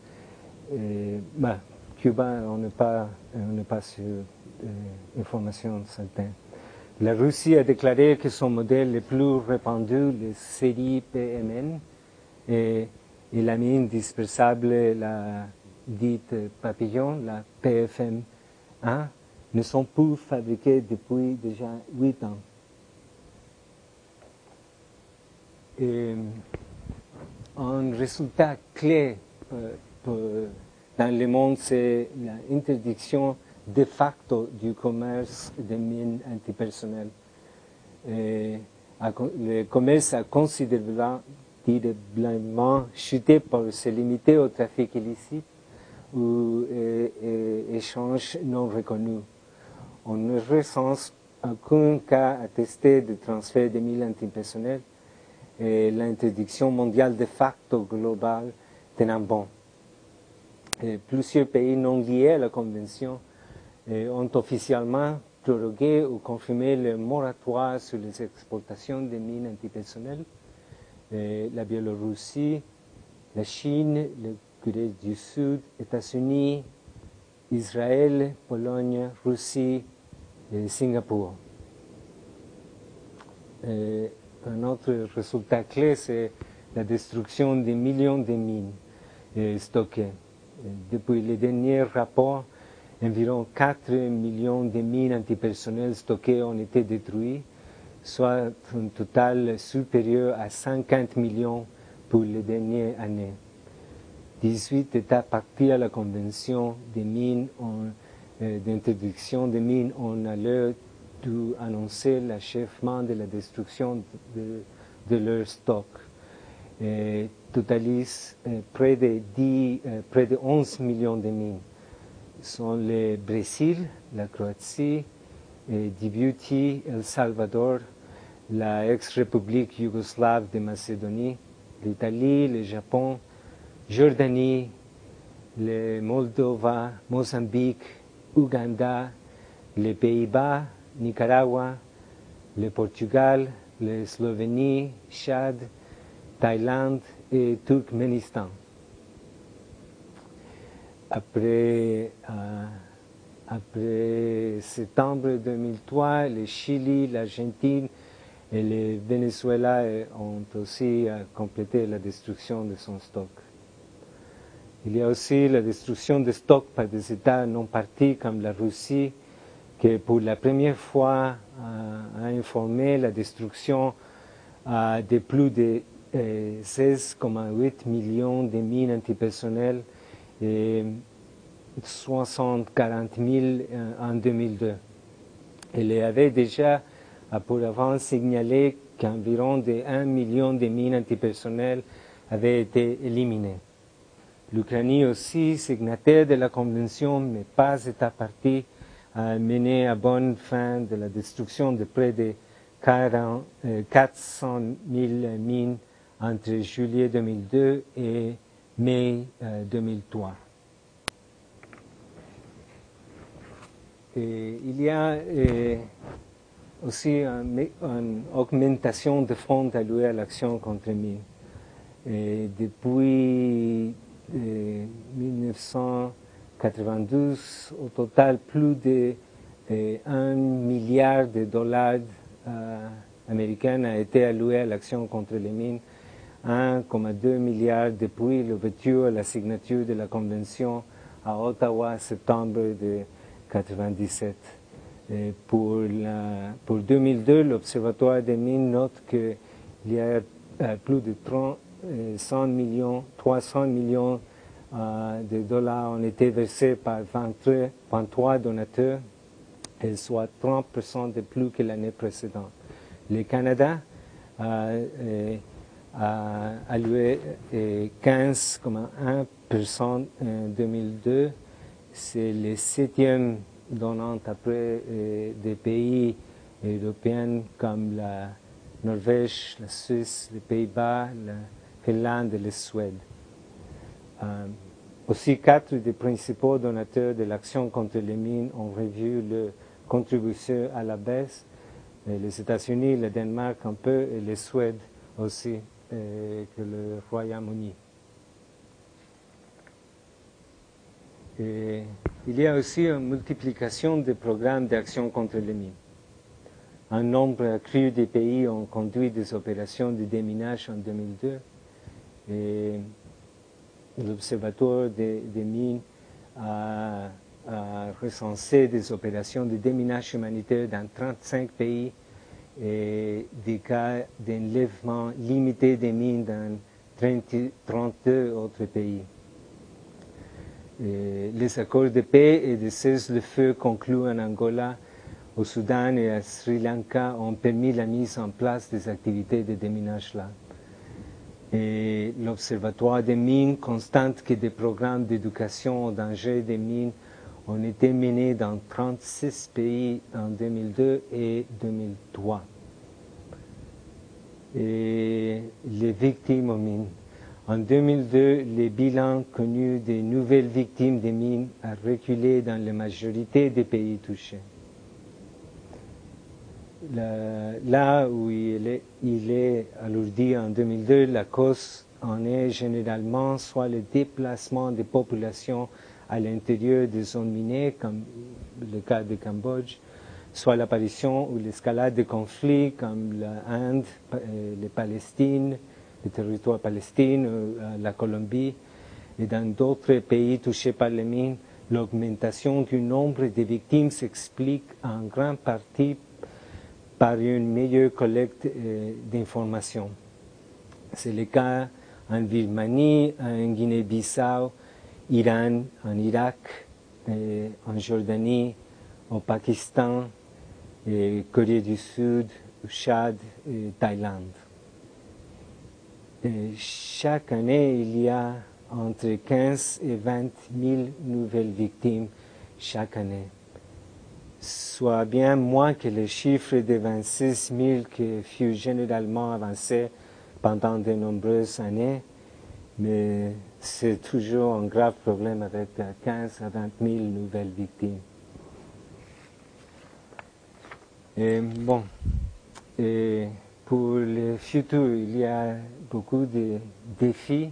Cuba, on n'a pas sur information certaine. La Russie a déclaré que son modèle le plus répandu, le série PMN, et la mine dispersable, la dite Papillon, la PFM1, ne sont plus fabriquées depuis déjà 8 ans. Et un résultat clé dans le monde, c'est l'interdiction de facto du commerce des mines antipersonnelles. Le commerce a considérablement chuté pour se limiter au trafic illicite ou échanges non reconnus. On ne recense aucun cas attesté de transfert de mines antipersonnelles et l'interdiction mondiale de facto globale tenant bon. Et plusieurs pays non liés à la Convention ont officiellement prorogué ou confirmé le moratoire sur les exportations de mines antipersonnelles. La Biélorussie, la Chine, la Corée du Sud, États-Unis, Israël, Pologne, Russie et Singapour. Un autre résultat clé, c'est la destruction des millions de mines stockées. Depuis les derniers rapports, environ 4 millions de mines antipersonnelles stockées ont été détruites, soit un total supérieur à 50 millions pour les dernières années. 18 États partis à la Convention des mines d'interdiction des mines ont alors dû annoncer l'achèvement de la destruction de leur stock. Totalise près de 11 millions de mines. Sont le Brésil, la Croatie, Djibouti, El Salvador, la ex-république yougoslave de Macédonie, l'Italie, le Japon, Jordanie, le Moldova, Mozambique, Ouganda, les Pays-Bas, Nicaragua, le Portugal, la Slovénie, Tchad, Thaïlande et Turkménistan. Après septembre 2003, le Chili, l'Argentine et le Venezuela ont aussi complété la destruction de son stock. Il y a aussi la destruction de stocks par des États non partis comme la Russie, qui pour la première fois a informé la destruction de plus de 16,8 millions de mines antipersonnelles et 640 000 en 2002. Elle avait déjà auparavant signalé qu'environ 1 million de mines antipersonnelles avaient été éliminées. L'Ukraine aussi, signataire de la Convention, mais pas État parti, a mené à bonne fin de la destruction de près de 400 000 mines entre juillet 2002 et mai 2003. Et il y a aussi une augmentation de fonds alloués à l'action contre les mines. Depuis 1992, au total, plus de 1 milliard de dollars américaine a été allouée à l'action contre les mines, 1,2 milliard depuis l'ouverture à la signature de la Convention à Ottawa en septembre de 1997. Pour 2002, l'Observatoire des mines note qu'il y a plus de 300 millions de dollars ont été versés par 23 donateurs, soit 30% de plus que l'année précédente. Le Canada a alloué 15,1% en 2002. C'est le 7e donnant après des pays européens comme la Norvège, la Suisse, les Pays-Bas, la Finlande et la Suède. Aussi, 4 des principaux donateurs de l'action contre les mines ont revu leur contribution à la baisse. Les États-Unis, le Danemark un peu et la Suède aussi, que le Royaume-Uni. Il y a aussi une multiplication des programmes d'action contre les mines. Un nombre accru de pays ont conduit des opérations de déminage en 2002. Et l'Observatoire des mines a recensé des opérations de déminage humanitaire dans 35 pays et des cas d'enlèvement limité des mines dans 32 autres pays. Les accords de paix et de cessez-le-feu conclus en Angola, au Soudan et à Sri Lanka ont permis la mise en place des activités de déminage là. Et l'Observatoire des mines constate que des programmes d'éducation au danger des mines ont été menés dans 36 pays en 2002 et 2003. Et les victimes aux mines. En 2002, le bilan connu des nouvelles victimes des mines a reculé dans la majorité des pays touchés. Là où il est alourdi en 2002, la cause en est généralement soit le déplacement des populations à l'intérieur des zones minées, comme le cas du Cambodge, soit l'apparition ou l'escalade de conflits comme l'Inde, la Palestine, le territoire palestinien, la Colombie, et dans d'autres pays touchés par les mines, l'augmentation du nombre de victimes s'explique en grande partie par une meilleure collecte d'informations. C'est le cas en Birmanie, en Guinée-Bissau, Iran, en Irak, en Jordanie, au Pakistan, Corée du Sud, Tchad et Thaïlande. Chaque année, il y a entre 15 et 20 000 nouvelles victimes chaque année, soit bien moins que le chiffre de 26 000 qui fut généralement avancé pendant de nombreuses années, mais c'est toujours un grave problème avec 15 à 20 000 nouvelles victimes. Pour le futur, il y a beaucoup de défis.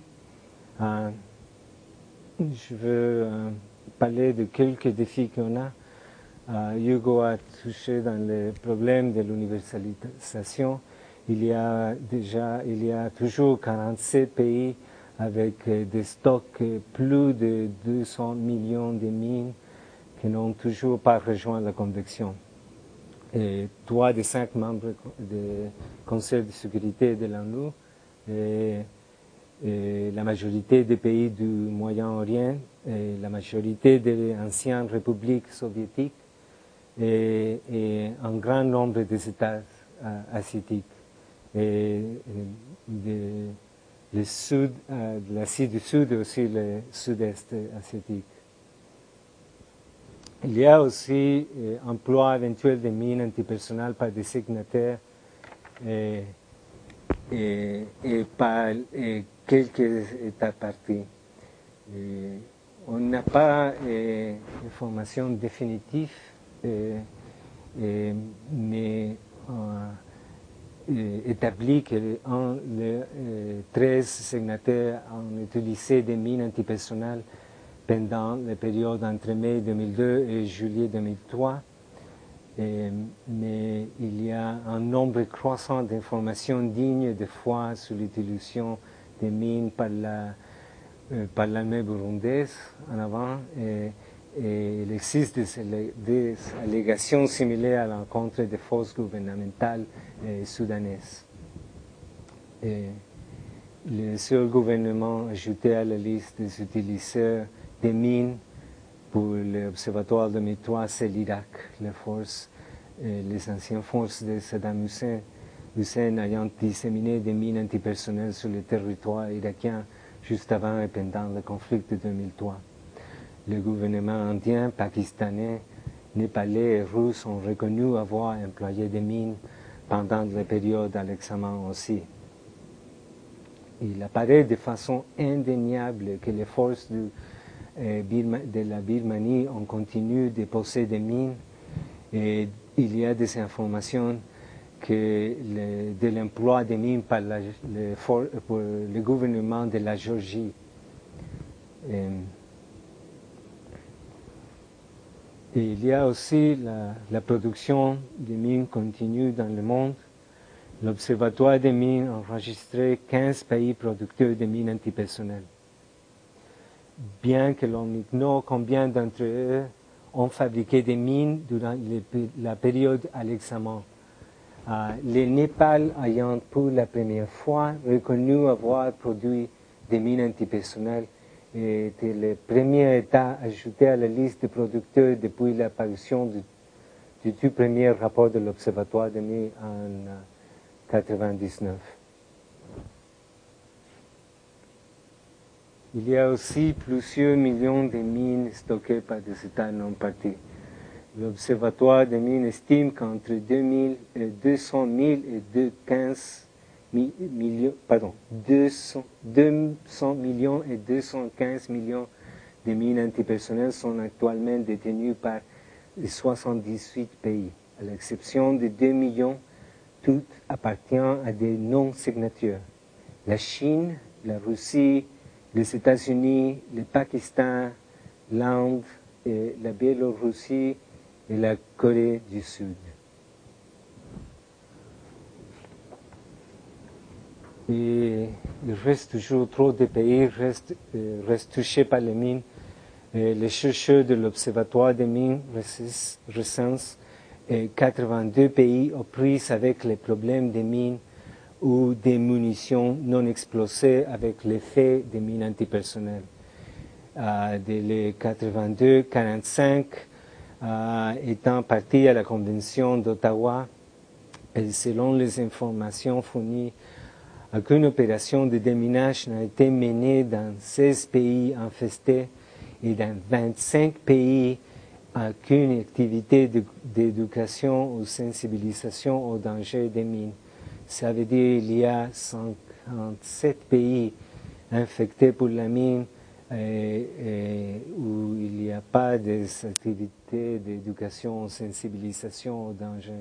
Je veux parler de quelques défis qu'on a. Hugo a touché dans le problème de l'universalisation. Il y a toujours 47 pays avec des stocks plus de 200 millions de mines qui n'ont toujours pas rejoint la Convention. Et 3 des 5 membres du Conseil de sécurité de l'ONU et la majorité des pays du Moyen-Orient et la majorité des anciennes républiques soviétiques et un grand nombre des États asiatiques et de l'Asie du Sud et aussi le Sud-Est asiatique. Il y a aussi emploi éventuel de mines antipersonnelles par des signataires et par quelques États partis. On n'a pas d'informations définitives, mais établi que les 13 signataires ont utilisé des mines mais il y a un nombre croissant d'informations dignes de foi sur l'utilisation des mines par l'armée burundaise en avant. Et il existe des allégations similaires à l'encontre des forces gouvernementales soudanaises. Et le seul gouvernement ajouté à la liste des utilisateurs des mines pour l'Observatoire 2003, c'est l'Irak. Les anciennes forces de Saddam Hussein ayant disséminé des mines antipersonnelles sur le territoire irakien juste avant et pendant le conflit de 2003. Le gouvernement indien, pakistanais, népalais et russe ont reconnu avoir employé des mines pendant la période à l'examen aussi. Il apparaît de façon indéniable que les forces de la Birmanie ont continué de posséder des mines et il y a des informations de l'emploi des mines par le gouvernement de la Géorgie. Et il y a aussi la production de mines continue dans le monde. L'Observatoire des mines a enregistré 15 pays producteurs de mines antipersonnelles. Bien que l'on ignore combien d'entre eux ont fabriqué des mines durant la période à l'examen. Le Népal ayant pour la première fois reconnu avoir produit des mines antipersonnelles était le premier État ajouté à la liste de producteurs depuis l'apparition du tout premier rapport de l'Observatoire des mines en 1999. Il y a aussi plusieurs millions de mines stockées par des États non partis. L'Observatoire des mines estime qu'entre 200 000 et 215 millions, 200 millions et 215 millions de mines antipersonnelles sont actuellement détenues par les 78 pays, à l'exception de 2 millions. Tout appartient à des non-signataires. La Chine, la Russie, les États-Unis, le Pakistan, l'Inde, la Biélorussie et la Corée du Sud. Et il reste toujours trop de pays restent touchés par les mines. Et les chercheurs de l'Observatoire des mines recensent 82 pays aux prises avec les problèmes des mines ou des munitions non explosées avec l'effet des mines antipersonnelles. Les 82, 45 étant partis à la Convention d'Ottawa, et selon les informations fournies, aucune opération de déminage n'a été menée dans 16 pays infestés et dans 25 pays aucune activité d'éducation ou sensibilisation au danger des mines. Ça veut dire qu'il y a 57 pays infectés pour la mine où il n'y a pas d'activités d'éducation ou sensibilisation au danger.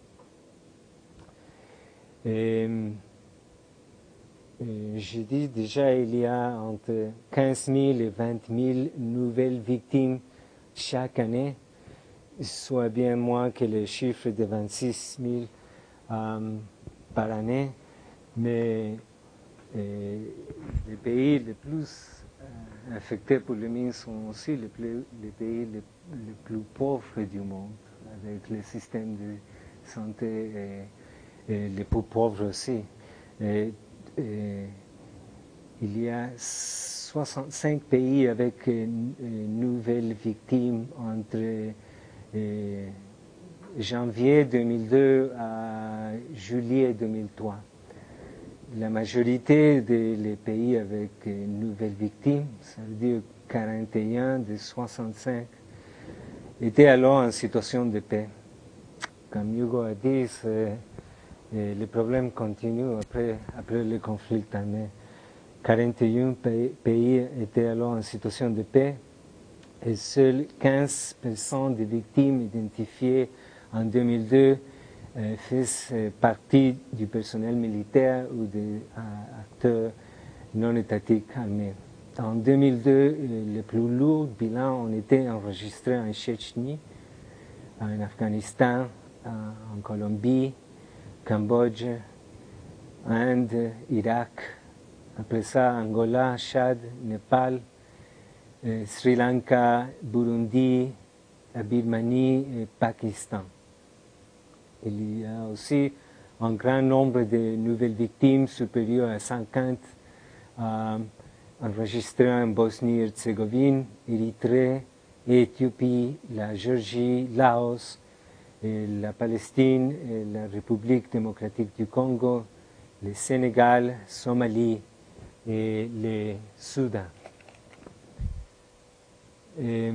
Je dis déjà il y a entre 15 000 et 20 000 nouvelles victimes chaque année, soit bien moins que le chiffre de 26 000 par année, mais les pays les plus affectés pour les mines sont aussi les pays les plus pauvres du monde, avec le système de santé et les plus pauvres aussi. Il y a 65 pays avec nouvelles victimes entre janvier 2002 à juillet 2003. La majorité des pays avec nouvelles victimes, ça veut dire 41 des 65, étaient alors en situation de paix. Comme Hugo a dit, les problèmes continuent après le conflit armé. 41 pays étaient alors en situation de paix et seuls 15% des victimes identifiées en 2002 faisaient partie du personnel militaire ou des acteurs non étatiques armés. En 2002, le plus lourd bilan a été enregistré en Tchétchénie, en Afghanistan, en Colombie, Cambodge, Inde, Irak, après ça Angola, Tchad, Népal, Sri Lanka, Burundi, Birmanie et Pakistan. Il y a aussi un grand nombre de nouvelles victimes, supérieures à 50, enregistrées en Bosnie-Herzégovine, Érythrée, Éthiopie, la Géorgie, Laos, et la Palestine, et la République démocratique du Congo, le Sénégal, Somalie et le Soudan. Et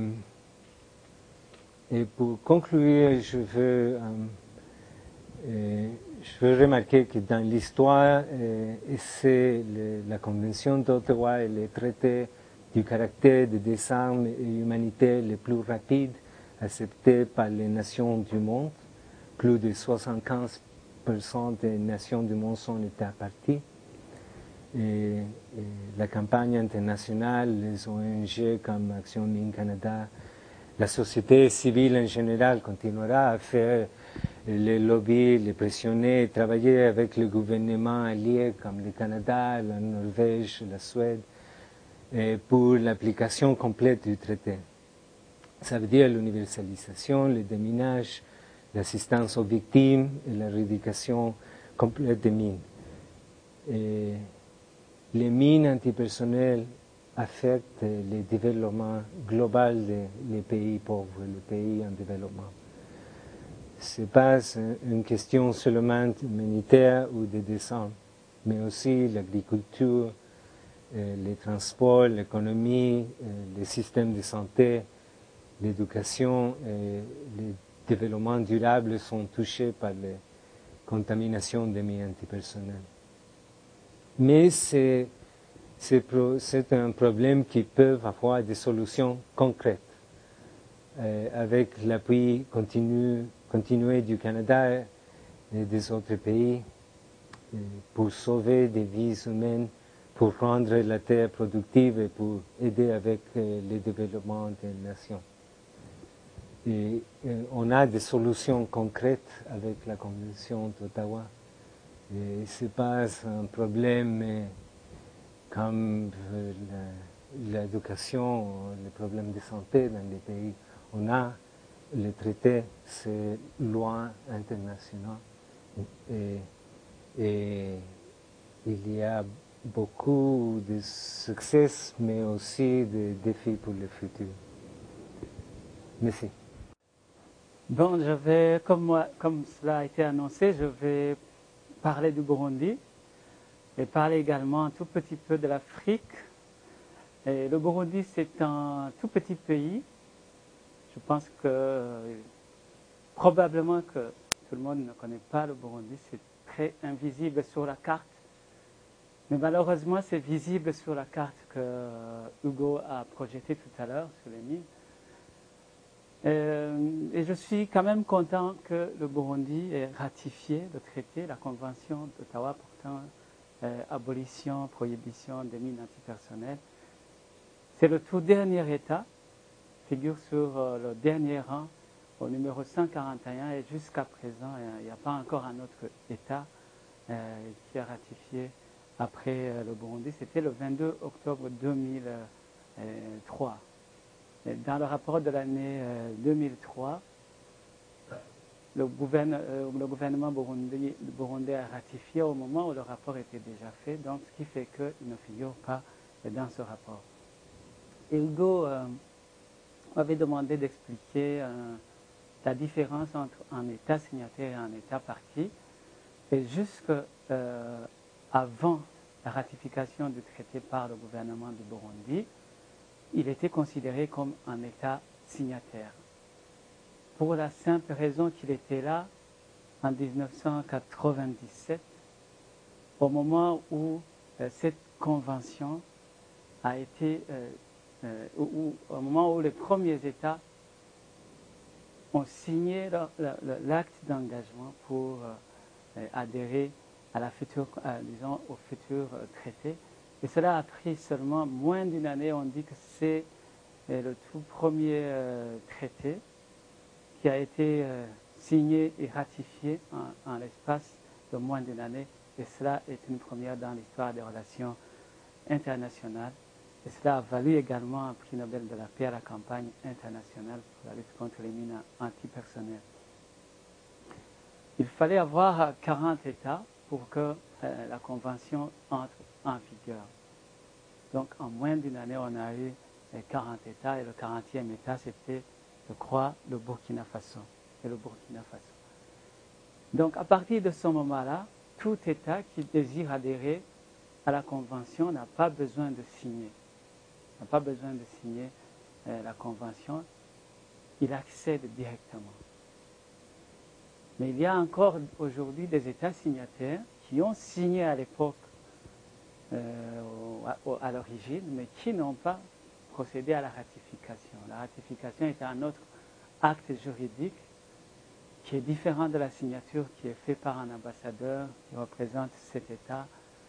pour conclure, je veux remarquer que dans l'histoire, c'est la Convention d'Ottawa et le traité du caractère de désarme et humanité le plus rapide accepté par les nations du monde. Plus de 75% des nations du monde sont états parties. Et la campagne internationale, les ONG comme Action Mine Canada, la société civile en général continuera à faire les lobbies, les pressionner, travailler avec le gouvernement allié comme le Canada, la Norvège, la Suède, pour l'application complète du traité. Ça veut dire l'universalisation, le déminage, l'assistance aux victimes et la l'éradication complète des mines. Et les mines antipersonnelles affectent le développement global des pays pauvres, les pays en développement. Ce n'est pas une question seulement humanitaire ou de descente, mais aussi l'agriculture, les transports, l'économie, les systèmes de santé, l'éducation et le développement durable sont touchés par la contamination des mines antipersonnelles. Mais c'est un problème qui peut avoir des solutions concrètes avec l'appui continué du Canada et des autres pays pour sauver des vies humaines, pour rendre la terre productive et pour aider avec le développement des nations. Et on a des solutions concrètes avec la Convention d'Ottawa. Ce n'est pas un problème comme l'éducation, les problèmes de santé dans les pays. On a les traités, c'est loi internationale. Et il y a beaucoup de succès, mais aussi de défis pour le futur. Merci. Bon, comme cela a été annoncé, je vais parler du Burundi et parler également un tout petit peu de l'Afrique. Le Burundi, c'est un tout petit pays. Je pense que probablement que tout le monde ne connaît pas le Burundi. C'est très invisible sur la carte. Mais malheureusement, c'est visible sur la carte que Hugo a projetée tout à l'heure sur les mines. Et je suis quand même content que le Burundi ait ratifié le traité, la Convention d'Ottawa portant abolition, prohibition des mines antipersonnelles. C'est le tout dernier État, figure sur le dernier rang, au numéro 141, et jusqu'à présent, il n'y a pas encore un autre État qui a ratifié après le Burundi. C'était le 22 octobre 2003. Dans le rapport de l'année 2003, le gouvernement burundais a ratifié au moment où le rapport était déjà fait, donc ce qui fait qu'il ne figure pas dans ce rapport. Et Hugo m'avait demandé d'expliquer la différence entre un État signataire et un État partie. Et jusqu'avant la ratification du traité par le gouvernement du Burundi, il était considéré comme un État signataire. Pour la simple raison qu'il était là en 1997, au moment où cette convention a été, au moment où les premiers États ont signé l'acte d'engagement pour adhérer à au futur traité. Et cela a pris seulement moins d'une année. On dit que c'est le tout premier traité qui a été signé et ratifié en l'espace de moins d'une année. Et cela est une première dans l'histoire des relations internationales. Et cela a valu également un prix Nobel de la paix à la campagne internationale pour la lutte contre les mines antipersonnelles. Il fallait avoir 40 États pour que la Convention entre en vigueur. Donc en moins d'une année, on a eu 40 États et le 40e État, c'était, je crois, le Burkina Faso. Et le Burkina Faso. Donc à partir de ce moment-là, tout État qui désire adhérer à la Convention n'a pas besoin de signer. N'a pas besoin de signer la Convention. Il accède directement. Mais il y a encore aujourd'hui des États signataires qui ont signé à l'époque, à l'origine, mais qui n'ont pas procédé à la ratification. La ratification est un autre acte juridique qui est différent de la signature qui est faite par un ambassadeur qui représente cet État.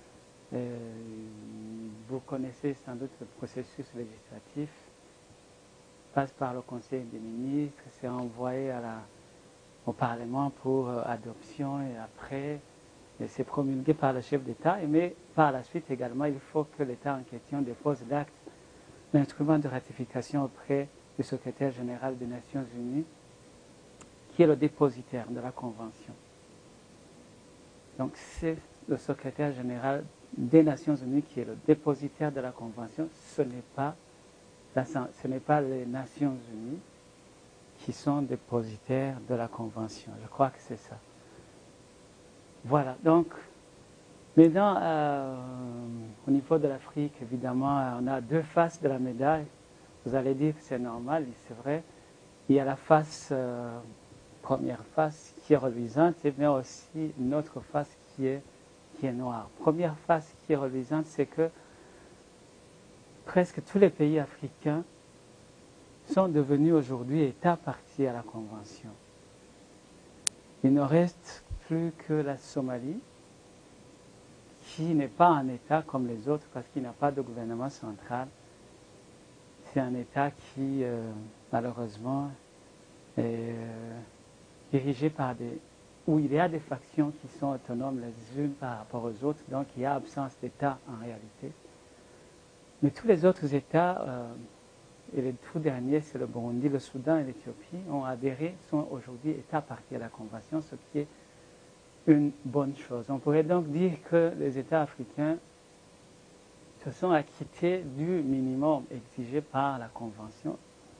Vous connaissez sans doute le processus législatif, passe par le Conseil des ministres, c'est envoyé au Parlement pour adoption et après c'est promulgué par le chef d'État. Mais par la suite également, il faut que l'État en question dépose l'acte, l'instrument de ratification auprès du secrétaire général des Nations Unies, qui est le dépositaire de la Convention. Donc c'est le secrétaire général des Nations Unies qui est le dépositaire de la Convention. Ce n'est pas les Nations Unies qui sont dépositaires de la Convention. Je crois que c'est ça. Voilà, donc maintenant, au niveau de l'Afrique, évidemment, on a deux faces de la médaille. Vous allez dire que c'est normal, c'est vrai. Il y a la première face qui est reluisante, mais aussi une autre face qui est noire. Première face qui est reluisante, c'est que presque tous les pays africains sont devenus aujourd'hui États parties à la Convention. Il ne reste plus que la Somalie, qui n'est pas un État comme les autres parce qu'il n'a pas de gouvernement central. C'est un État qui, malheureusement, est dirigé par où il y a des factions qui sont autonomes les unes par rapport aux autres, donc il y a absence d'État en réalité. Mais tous les autres États, et les tout derniers, c'est le Burundi, le Soudan et l'Éthiopie, ont adhéré, sont aujourd'hui États parties à la Convention, ce qui est une bonne chose. On pourrait donc dire que les États africains se sont acquittés du minimum exigé par la Convention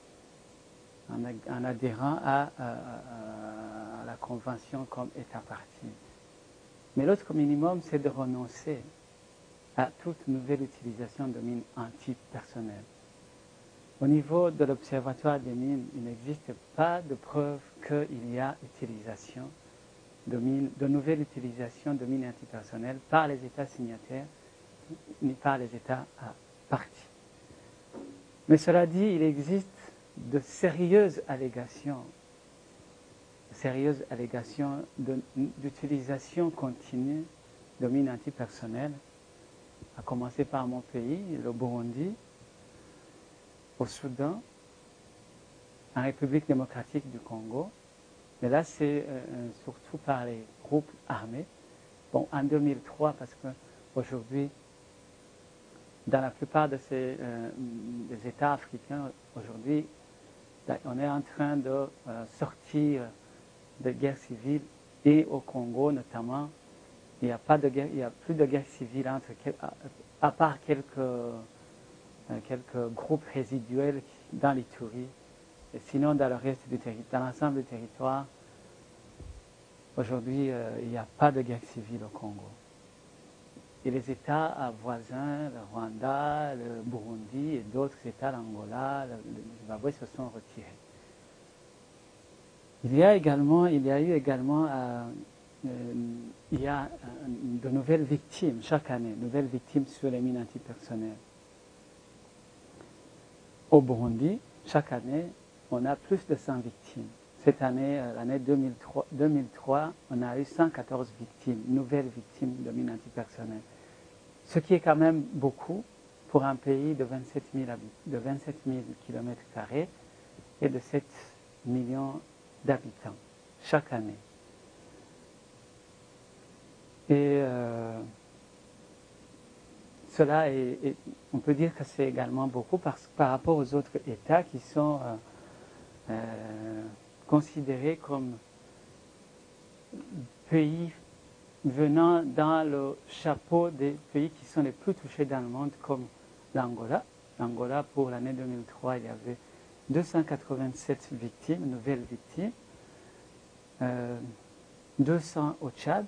en adhérant à la Convention comme État partie. Mais l'autre minimum, c'est de renoncer à toute nouvelle utilisation de mines antipersonnelles. Au niveau de l'Observatoire des mines, il n'existe pas de preuve qu'il y a utilisation de nouvelles utilisations de mines antipersonnelles par les États signataires ni par les États parties. Mais cela dit, il existe de sérieuses allégations d'utilisation continue de mines antipersonnelles, à commencer par mon pays, le Burundi, au Soudan, en République démocratique du Congo. Mais là, c'est surtout par les groupes armés. Bon, en 2003, parce qu'aujourd'hui, dans la plupart des États africains, aujourd'hui, on est en train de sortir de guerre civile et au Congo notamment, il n'y a plus de guerre civile à part quelques groupes résiduels dans l'Ituri. Et sinon, dans le reste du territoire, dans l'ensemble du territoire, aujourd'hui, il n'y a pas de guerre civile au Congo. Et les États voisins, le Rwanda, le Burundi et d'autres États, l'Angola, le Zimbabwe, se sont retirés. Il y a eu également de nouvelles victimes chaque année, nouvelles victimes sur les mines antipersonnelles. Au Burundi, chaque année, on a plus de 100 victimes. Cette année, l'année 2003, on a eu 114 victimes, nouvelles victimes de mines antipersonnelles. Ce qui est quand même beaucoup pour un pays de 27 000 km² et de 7 millions d'habitants chaque année. Et cela on peut dire que c'est également beaucoup par rapport aux autres États qui sont considérés comme pays venant dans le chapeau des pays qui sont les plus touchés dans le monde, comme l'Angola. L'Angola, pour l'année 2003, il y avait 287 victimes, nouvelles victimes, 200 au Tchad,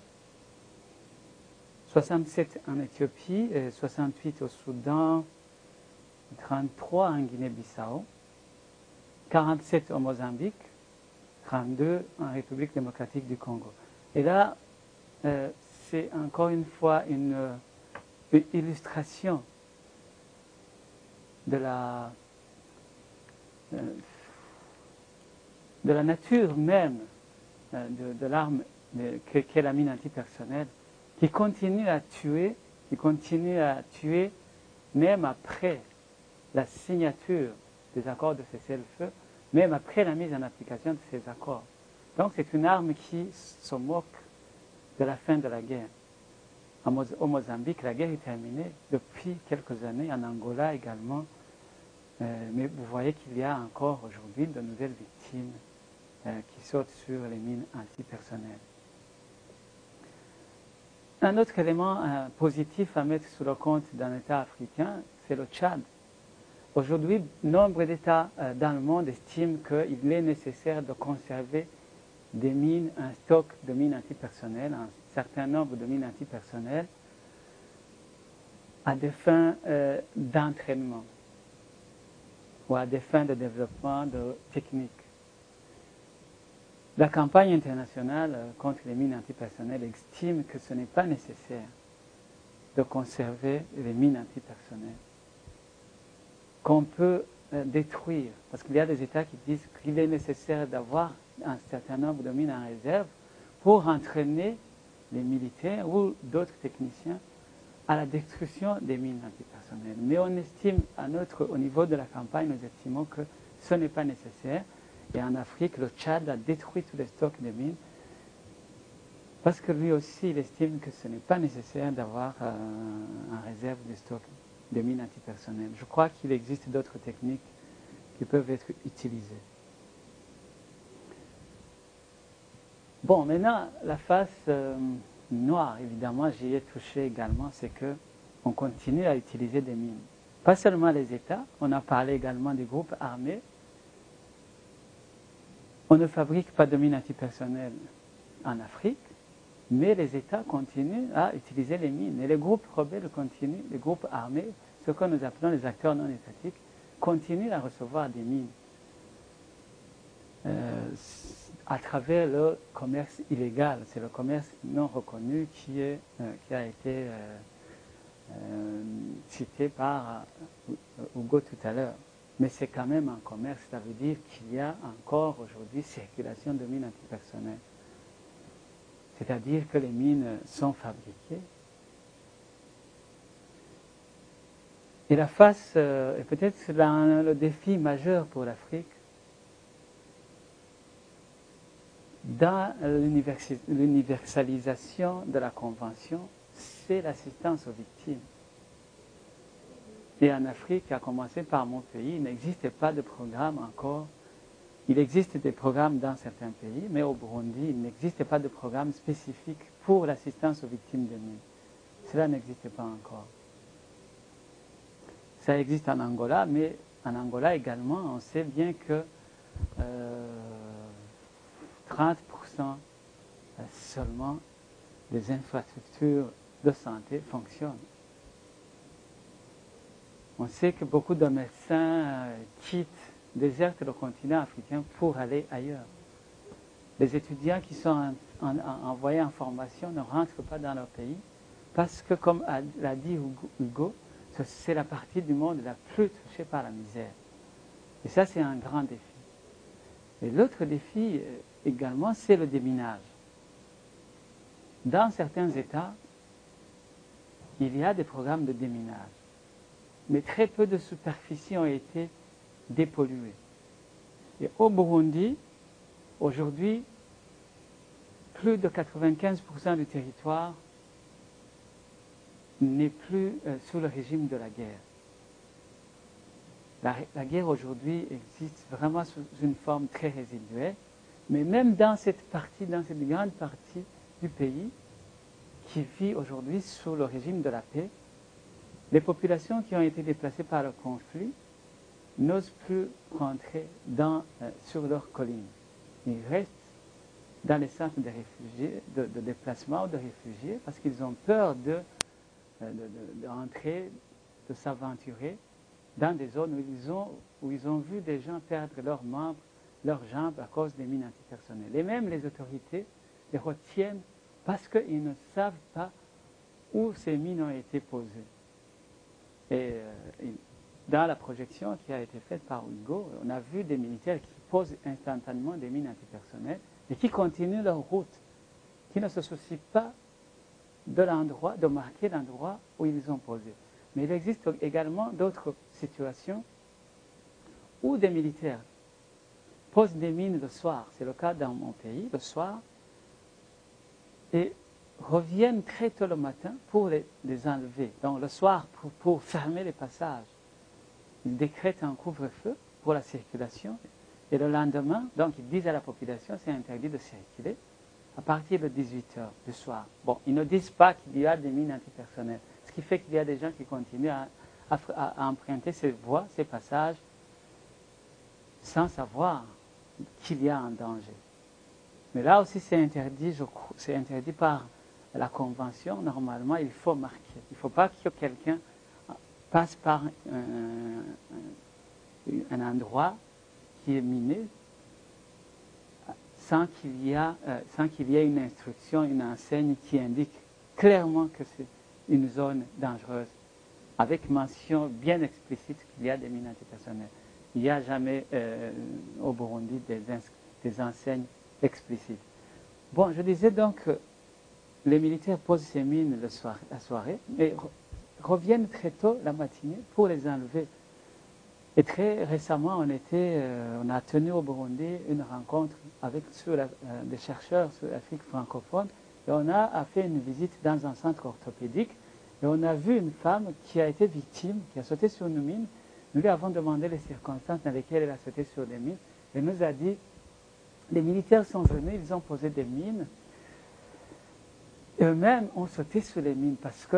67 en Éthiopie, 68 au Soudan, 33 en Guinée-Bissau, 47 au Mozambique, 32 en République démocratique du Congo. Et là, c'est encore une fois une illustration de la nature même de l'arme qu'est la mine antipersonnelle, qui continue à tuer même après la signature des accords de cessez-le-feu, même après la mise en application de ces accords. Donc c'est une arme qui se moque de la fin de la guerre. Au Mozambique, la guerre est terminée depuis quelques années, en Angola également, mais vous voyez qu'il y a encore aujourd'hui de nouvelles victimes qui sautent sur les mines antipersonnelles. Un autre élément positif à mettre sur le compte d'un État africain, c'est le Tchad. Aujourd'hui, nombre d'États dans le monde estiment qu'il est nécessaire de conserver des mines, un stock de mines antipersonnelles, un certain nombre de mines antipersonnelles, à des fins d'entraînement ou à des fins de développement de techniques. La campagne internationale contre les mines antipersonnelles estime que ce n'est pas nécessaire de conserver les mines antipersonnelles, qu'on peut détruire, parce qu'il y a des États qui disent qu'il est nécessaire d'avoir un certain nombre de mines en réserve pour entraîner les militaires ou d'autres techniciens à la destruction des mines antipersonnelles. Mais on estime, au niveau de la campagne, nous estimons que ce n'est pas nécessaire. Et en Afrique, le Tchad a détruit tous les stocks de mines parce que lui aussi, il estime que ce n'est pas nécessaire d'avoir en réserve des stocks de mines antipersonnelles. Je crois qu'il existe d'autres techniques qui peuvent être utilisées. Bon, maintenant, la face noire, évidemment, j'y ai touché également, c'est qu'on continue à utiliser des mines. Pas seulement les États, on a parlé également des groupes armés. On ne fabrique pas de mines antipersonnelles en Afrique, mais les États continuent à utiliser les mines. Et les groupes rebelles continuent, les groupes armés, ce que nous appelons les acteurs non étatiques, continuent à recevoir des mines à travers le commerce illégal. C'est le commerce non reconnu qui a été cité par Hugo tout à l'heure. Mais c'est quand même un commerce, ça veut dire qu'il y a encore aujourd'hui circulation de mines antipersonnelles. C'est-à-dire que les mines sont fabriquées. Et la face, et peut-être le défi majeur pour l'Afrique, dans l'universalisation de la Convention, c'est l'assistance aux victimes. Et en Afrique, à commencer par mon pays, il n'existe pas de programme encore. Il existe des programmes dans certains pays, mais au Burundi, il n'existe pas de programme spécifique pour l'assistance aux victimes de mines. Cela n'existe pas encore. Ça existe en Angola, mais en Angola également, on sait bien que 30% seulement des infrastructures de santé fonctionnent. On sait que beaucoup de médecins désertent le continent africain pour aller ailleurs. Les étudiants qui sont envoyés en formation ne rentrent pas dans leur pays parce que, comme l'a dit Hugo, c'est la partie du monde la plus touchée par la misère. Et ça, c'est un grand défi. Et l'autre défi également, c'est le déminage. Dans certains États, il y a des programmes de déminage. Mais très peu de superficies ont été dépolluées. Et au Burundi, Aujourd'hui, plus de 95% du territoire n'est plus sous le régime de la guerre. La guerre aujourd'hui existe vraiment sous une forme très résiduelle, mais même dans cette grande partie du pays qui vit aujourd'hui sous le régime de la paix, les populations qui ont été déplacées par le conflit n'osent plus rentrer sur leurs collines. Ils restent dans les centres de réfugiés, de déplacement ou de réfugiés, parce qu'ils ont peur de rentrer, de s'aventurer dans des zones où ils ont vu des gens perdre leurs membres, leurs jambes à cause des mines antipersonnelles. Et même les autorités les retiennent parce qu'ils ne savent pas où ces mines ont été posées. Et dans la projection qui a été faite par Hugo, on a vu des militaires qui posent instantanément des mines antipersonnelles et qui continuent leur route, qui ne se soucient pas de marquer l'endroit où ils ont posé. Mais il existe également d'autres situations où des militaires posent des mines le soir, c'est le cas dans mon pays, le soir, et reviennent très tôt le matin pour les enlever. Donc le soir, pour fermer les passages, ils décrètent un couvre-feu pour la circulation, et le lendemain, donc ils disent à la population, c'est interdit de circuler à partir de 18 h du soir. Bon, ils ne disent pas qu'il y a des mines antipersonnelles, ce qui fait qu'il y a des gens qui continuent à emprunter ces voies, ces passages, sans savoir qu'il y a un danger. Mais là aussi, c'est interdit, c'est interdit par la Convention. Normalement, il faut marquer. Il ne faut pas que quelqu'un passe par un endroit qui est miné sans qu'il y ait une instruction, une enseigne qui indique clairement que c'est une zone dangereuse, avec mention bien explicite qu'il y a des mines antipersonnelles. Il n'y a jamais au Burundi des enseignes explicites. Bon, je disais donc que les militaires posent ces mines la soirée, mais reviennent très tôt la matinée pour les enlever. Et très récemment, on a tenu au Burundi une rencontre avec des chercheurs sur l'Afrique francophone, et on a fait une visite dans un centre orthopédique, et on a vu une femme qui a été victime, qui a sauté sur une mine. Nous lui avons demandé les circonstances dans lesquelles elle a sauté sur des mines. Elle nous a dit, les militaires sont venus, ils ont posé des mines. Eux-mêmes ont sauté sur les mines parce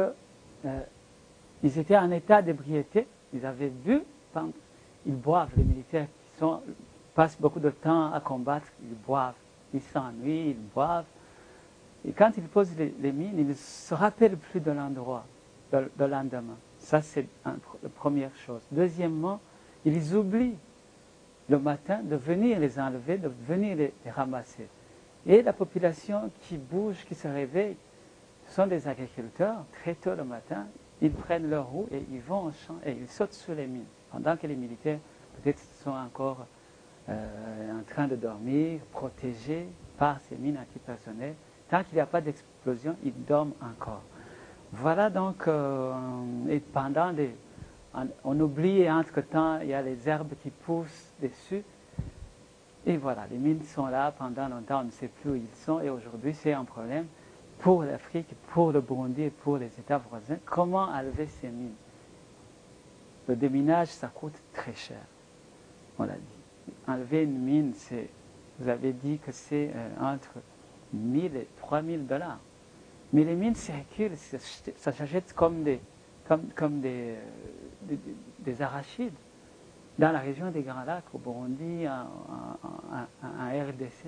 qu'ils étaient en état d'ébriété. Ils avaient bu, ils boivent. Les militaires qui passent beaucoup de temps à combattre, ils boivent. Ils s'ennuient, ils boivent. Et quand ils posent les mines, ils ne se rappellent plus de l'endroit, de lendemain. Ça, c'est la première chose. Deuxièmement, ils oublient le matin de venir les enlever, de venir les ramasser. Et la population qui bouge, qui se réveille, ce sont des agriculteurs. Très tôt le matin, ils prennent leur roue et ils vont au champ et ils sautent sur les mines. Pendant que les militaires, peut-être, sont encore en train de dormir, protégés par ces mines antipersonnelles. Tant qu'il n'y a pas d'explosion, ils dorment encore. Voilà donc, et on oublie, et entre-temps, il y a les herbes qui poussent dessus. Et voilà, les mines sont là pendant longtemps, on ne sait plus où ils sont. Et aujourd'hui, c'est un problème pour l'Afrique, pour le Burundi et pour les États voisins. Comment enlever ces mines? Le déminage, ça coûte très cher, on l'a dit. Enlever une mine, vous avez dit que c'est entre 1 000 et 3 000 $. Mais les mines circulent, ça s'achète comme des arachides. Dans la région des Grands Lacs, au Burundi, en RDC.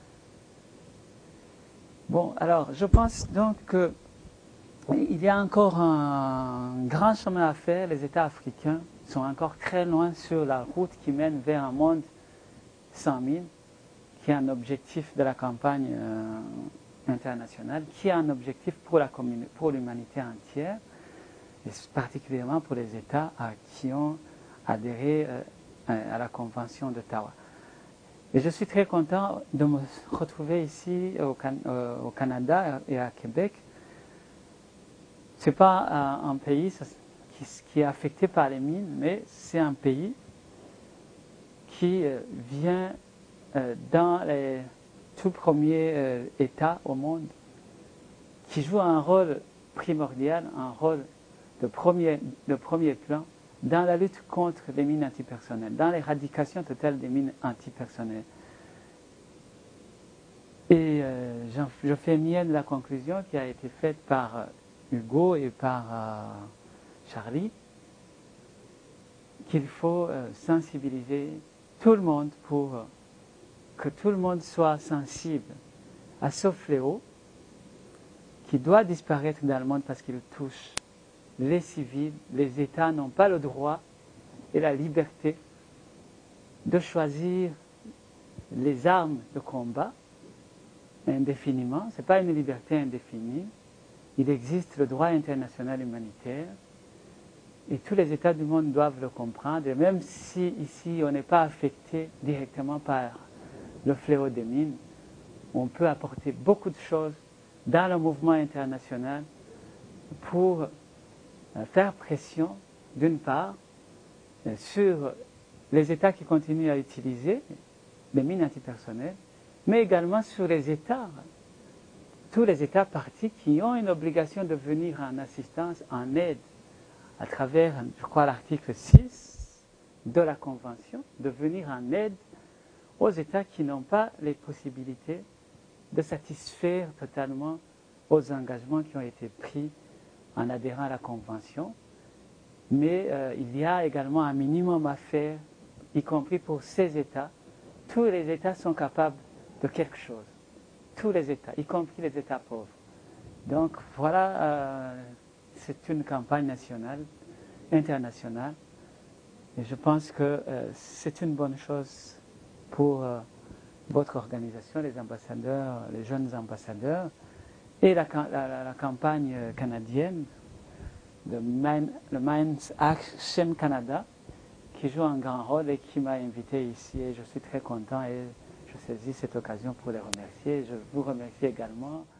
Bon, alors, je pense donc qu'il y a encore un grand chemin à faire. Les États africains sont encore très loin sur la route qui mène vers un monde sans mines, qui est un objectif de la campagne internationale, qui est un objectif pour l'humanité entière, et particulièrement pour les États qui ont adhéré à la Convention d'Ottawa. Et je suis très content de me retrouver ici au Canada et à Québec. Ce n'est pas un pays qui est affecté par les mines, mais c'est un pays qui vient dans les tout premiers États au monde qui jouent un rôle primordial, un rôle de premier plan dans la lutte contre les mines antipersonnelles, dans l'éradication totale des mines antipersonnelles. Et je fais mienne la conclusion qui a été faite par Hugo et par Charlie, qu'il faut sensibiliser tout le monde pour que tout le monde soit sensible à ce fléau qui doit disparaître dans le monde parce qu'il touche les civils. Les États n'ont pas le droit et la liberté de choisir les armes de combat indéfiniment. Ce n'est pas une liberté indéfinie. Il existe le droit international humanitaire et tous les États du monde doivent le comprendre. Et même si ici on n'est pas affecté directement par le fléau des mines, on peut apporter beaucoup de choses dans le mouvement international pour faire pression, d'une part, sur les États qui continuent à utiliser les mines antipersonnelles, mais également sur les États, tous les États partis qui ont une obligation de venir en assistance, en aide, à travers, je crois, l'article 6 de la Convention, de venir en aide aux États qui n'ont pas les possibilités de satisfaire totalement aux engagements qui ont été pris en adhérant à la Convention. Mais il y a également un minimum à faire, y compris pour ces États. Tous les États sont capables de quelque chose. Tous les États, y compris les États pauvres. Donc voilà, c'est une campagne nationale, internationale. Et je pense que c'est une bonne chose pour votre organisation, les ambassadeurs, les jeunes ambassadeurs, et la campagne canadienne, le Mines Action Canada, qui joue un grand rôle et qui m'a invité ici. Et je suis très content et je saisis cette occasion pour les remercier. Je vous remercie également.